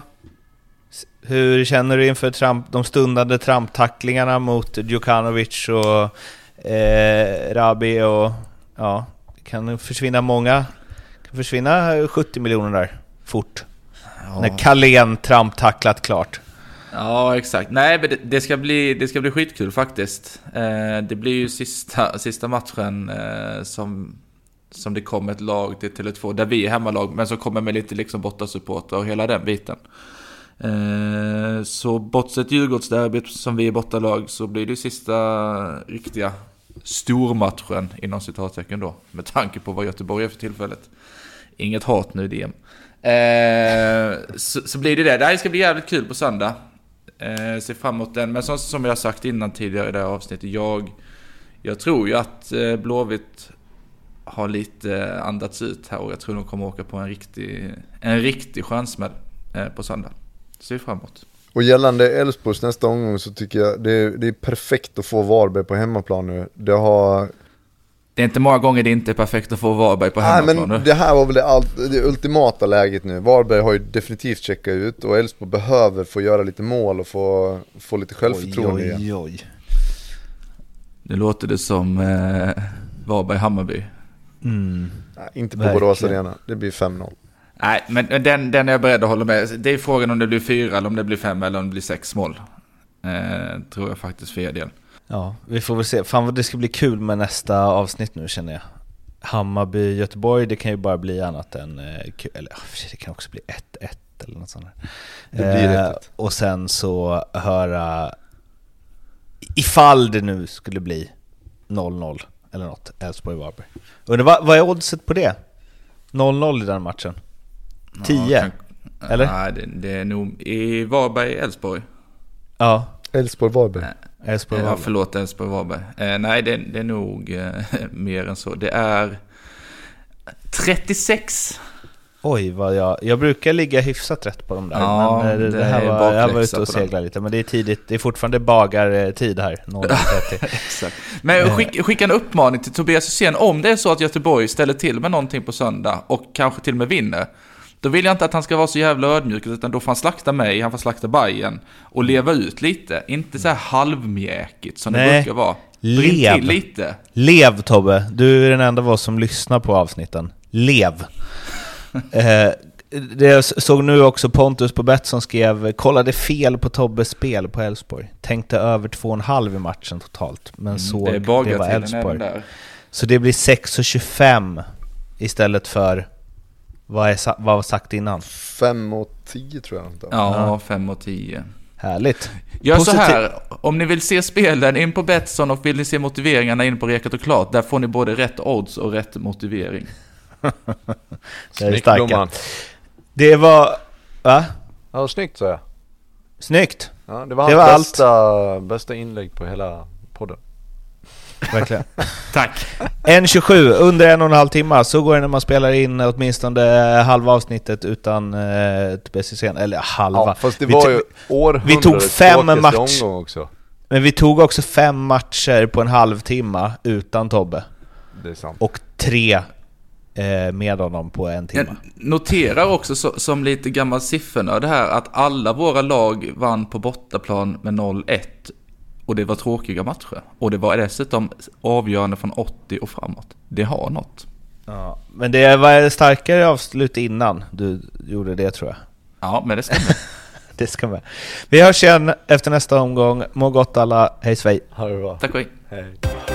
Hur känner du inför tramp, de stundande tramptacklingarna mot Djukanovic och eh, Rabi och ja, kan försvinna många, kan försvinna sjuttio miljoner där fort. Ja. När Kalén tramptacklat klart. Ja, exakt. Nej, men det, det, ska bli, det ska bli skitkul faktiskt. Eh, det blir ju sista, sista matchen eh, som, som det kommer ett lag till Tele två, där vi är hemmalag, men som kommer med lite liksom bortasupporter och hela den biten. Eh, så bortsett Djurgårdsderbyt som vi är bortalag, så blir det sista riktiga stormatchen inom citattecken då, med tanke på vad Göteborg är för tillfället. Inget hat nu, D M. Eh, så, så blir det det. Det här ska bli jävligt kul på söndag. Eh, se fram emot den. Men som, som jag har sagt innan tidigare i det här avsnittet, jag, jag tror ju att eh, Blåvitt har lite andats ut här, och jag tror de kommer åka på en riktig, en riktig chansmäll eh, på söndag. Så vi fram emot. Och gällande Elfsborgs nästa omgång, så tycker jag det är, det är perfekt att få Varberg på hemmaplan nu. Det har... Det är inte många gånger det inte är perfekt att få Varberg på hemmaplan. Nej, men det här var väl det, allt, det ultimata läget nu. Varberg har ju definitivt checkat ut, och Elfsborg behöver få göra lite mål och få, få lite självförtroende oj, oj, igen. oj. Nu låter det som eh, Varberg-Hammarby. Mm. Nej, inte på Borås Arena. Det blir fem noll. Nej, men den, den är jag beredd att hålla med. Det är frågan om det blir fyra, eller om det blir fem, eller om det blir sex mål. Eh, tror jag faktiskt för er del. Ja, vi får väl se. Fan vad det ska bli kul med nästa avsnitt nu, känner jag. Hammarby, Göteborg, det kan ju bara bli annat än eh, kul. Eller det kan också bli ett ett eller något sånt där. Det blir eh, och sen så höra, ifall det nu skulle bli noll noll eller något, Elfsborg-Varberg. Undrar vad, vad är oddset på det? noll noll i den matchen? tio? Ja, kan, eller? Nej, det, det är nog i Varberg-Elfsborg. Ja. Elfsborg-Varberg. Elfsborg, ja, förlåt, Elfsborg-Varberg. Eh, nej, det, det är nog eh, mer än så. Det är trettiosex. Oj, vad jag, jag brukar ligga hyfsat rätt på dem där. Ja, men det, det det här är var, jag var ute och bakläxa på seglar lite. Men det är tidigt, det är fortfarande bagartid här. noll trettio. Exakt. Men skick, skicka en uppmaning till Tobias Hysén. Om det är så att Göteborg ställer till med någonting på söndag och kanske till och med vinner, då vill jag inte att han ska vara så jävla ödmjuk, utan då får han slakta mig, han får slakta Bayern och leva ut lite. Inte så här halvmjäkigt som Nej. det brukar vara. Brinn Lev. till lite. Lev, Tobbe. Du är den enda av oss som lyssnar på avsnitten. Lev. eh, det jag såg nu också Pontus på Bet som skrev: kollade fel på Tobbes spel på Elfsborg. Tänkte över två och en halv i matchen totalt. Men Mm, såg det, det, det var Elfsborg. där. Så det blir sex och tjugofem istället för vad, är, vad var sagt innan? fem och tio tror jag. Inte. Ja, fem och tio. Härligt. Gör Positiv- så här, om ni vill se spelen in på Betsson och vill ni se motiveringarna in på Rekat och Klart, där får ni både rätt odds och rätt motivering. Det är starka. Blomman. Det var... Va? Ja, snyggt så jag. Snyggt. Ja, det var, Det hans var bästa, bästa inlägg på hela podden. Verkligen. Tack. en tjugosju, under en och en halv timme. Så går det när man spelar in åtminstone halva avsnittet utan eh, Tobias Hysén. Eller halva. Ja, fast det Vi var tog- ju århundradets vi tog fem tråkigaste match. omgång också. Men vi tog också fem matcher på en halvtimme utan Tobbe. Det är sant. Och tre eh, med honom på en timme. Jag noterar också så, som lite gammal siffrorna det här att alla våra lag vann på bortaplan med noll ett. Och det var tråkiga matcher. Och det var dessutom avgörande från åttio och framåt. Det har något. Ja, men det var starkare avslut innan du gjorde det, tror jag. Ja, men det ska med. Det ska med. Vi hörs igen efter nästa omgång. Må gott alla. Hej svej. Ha det bra. Tack och hej. Hej.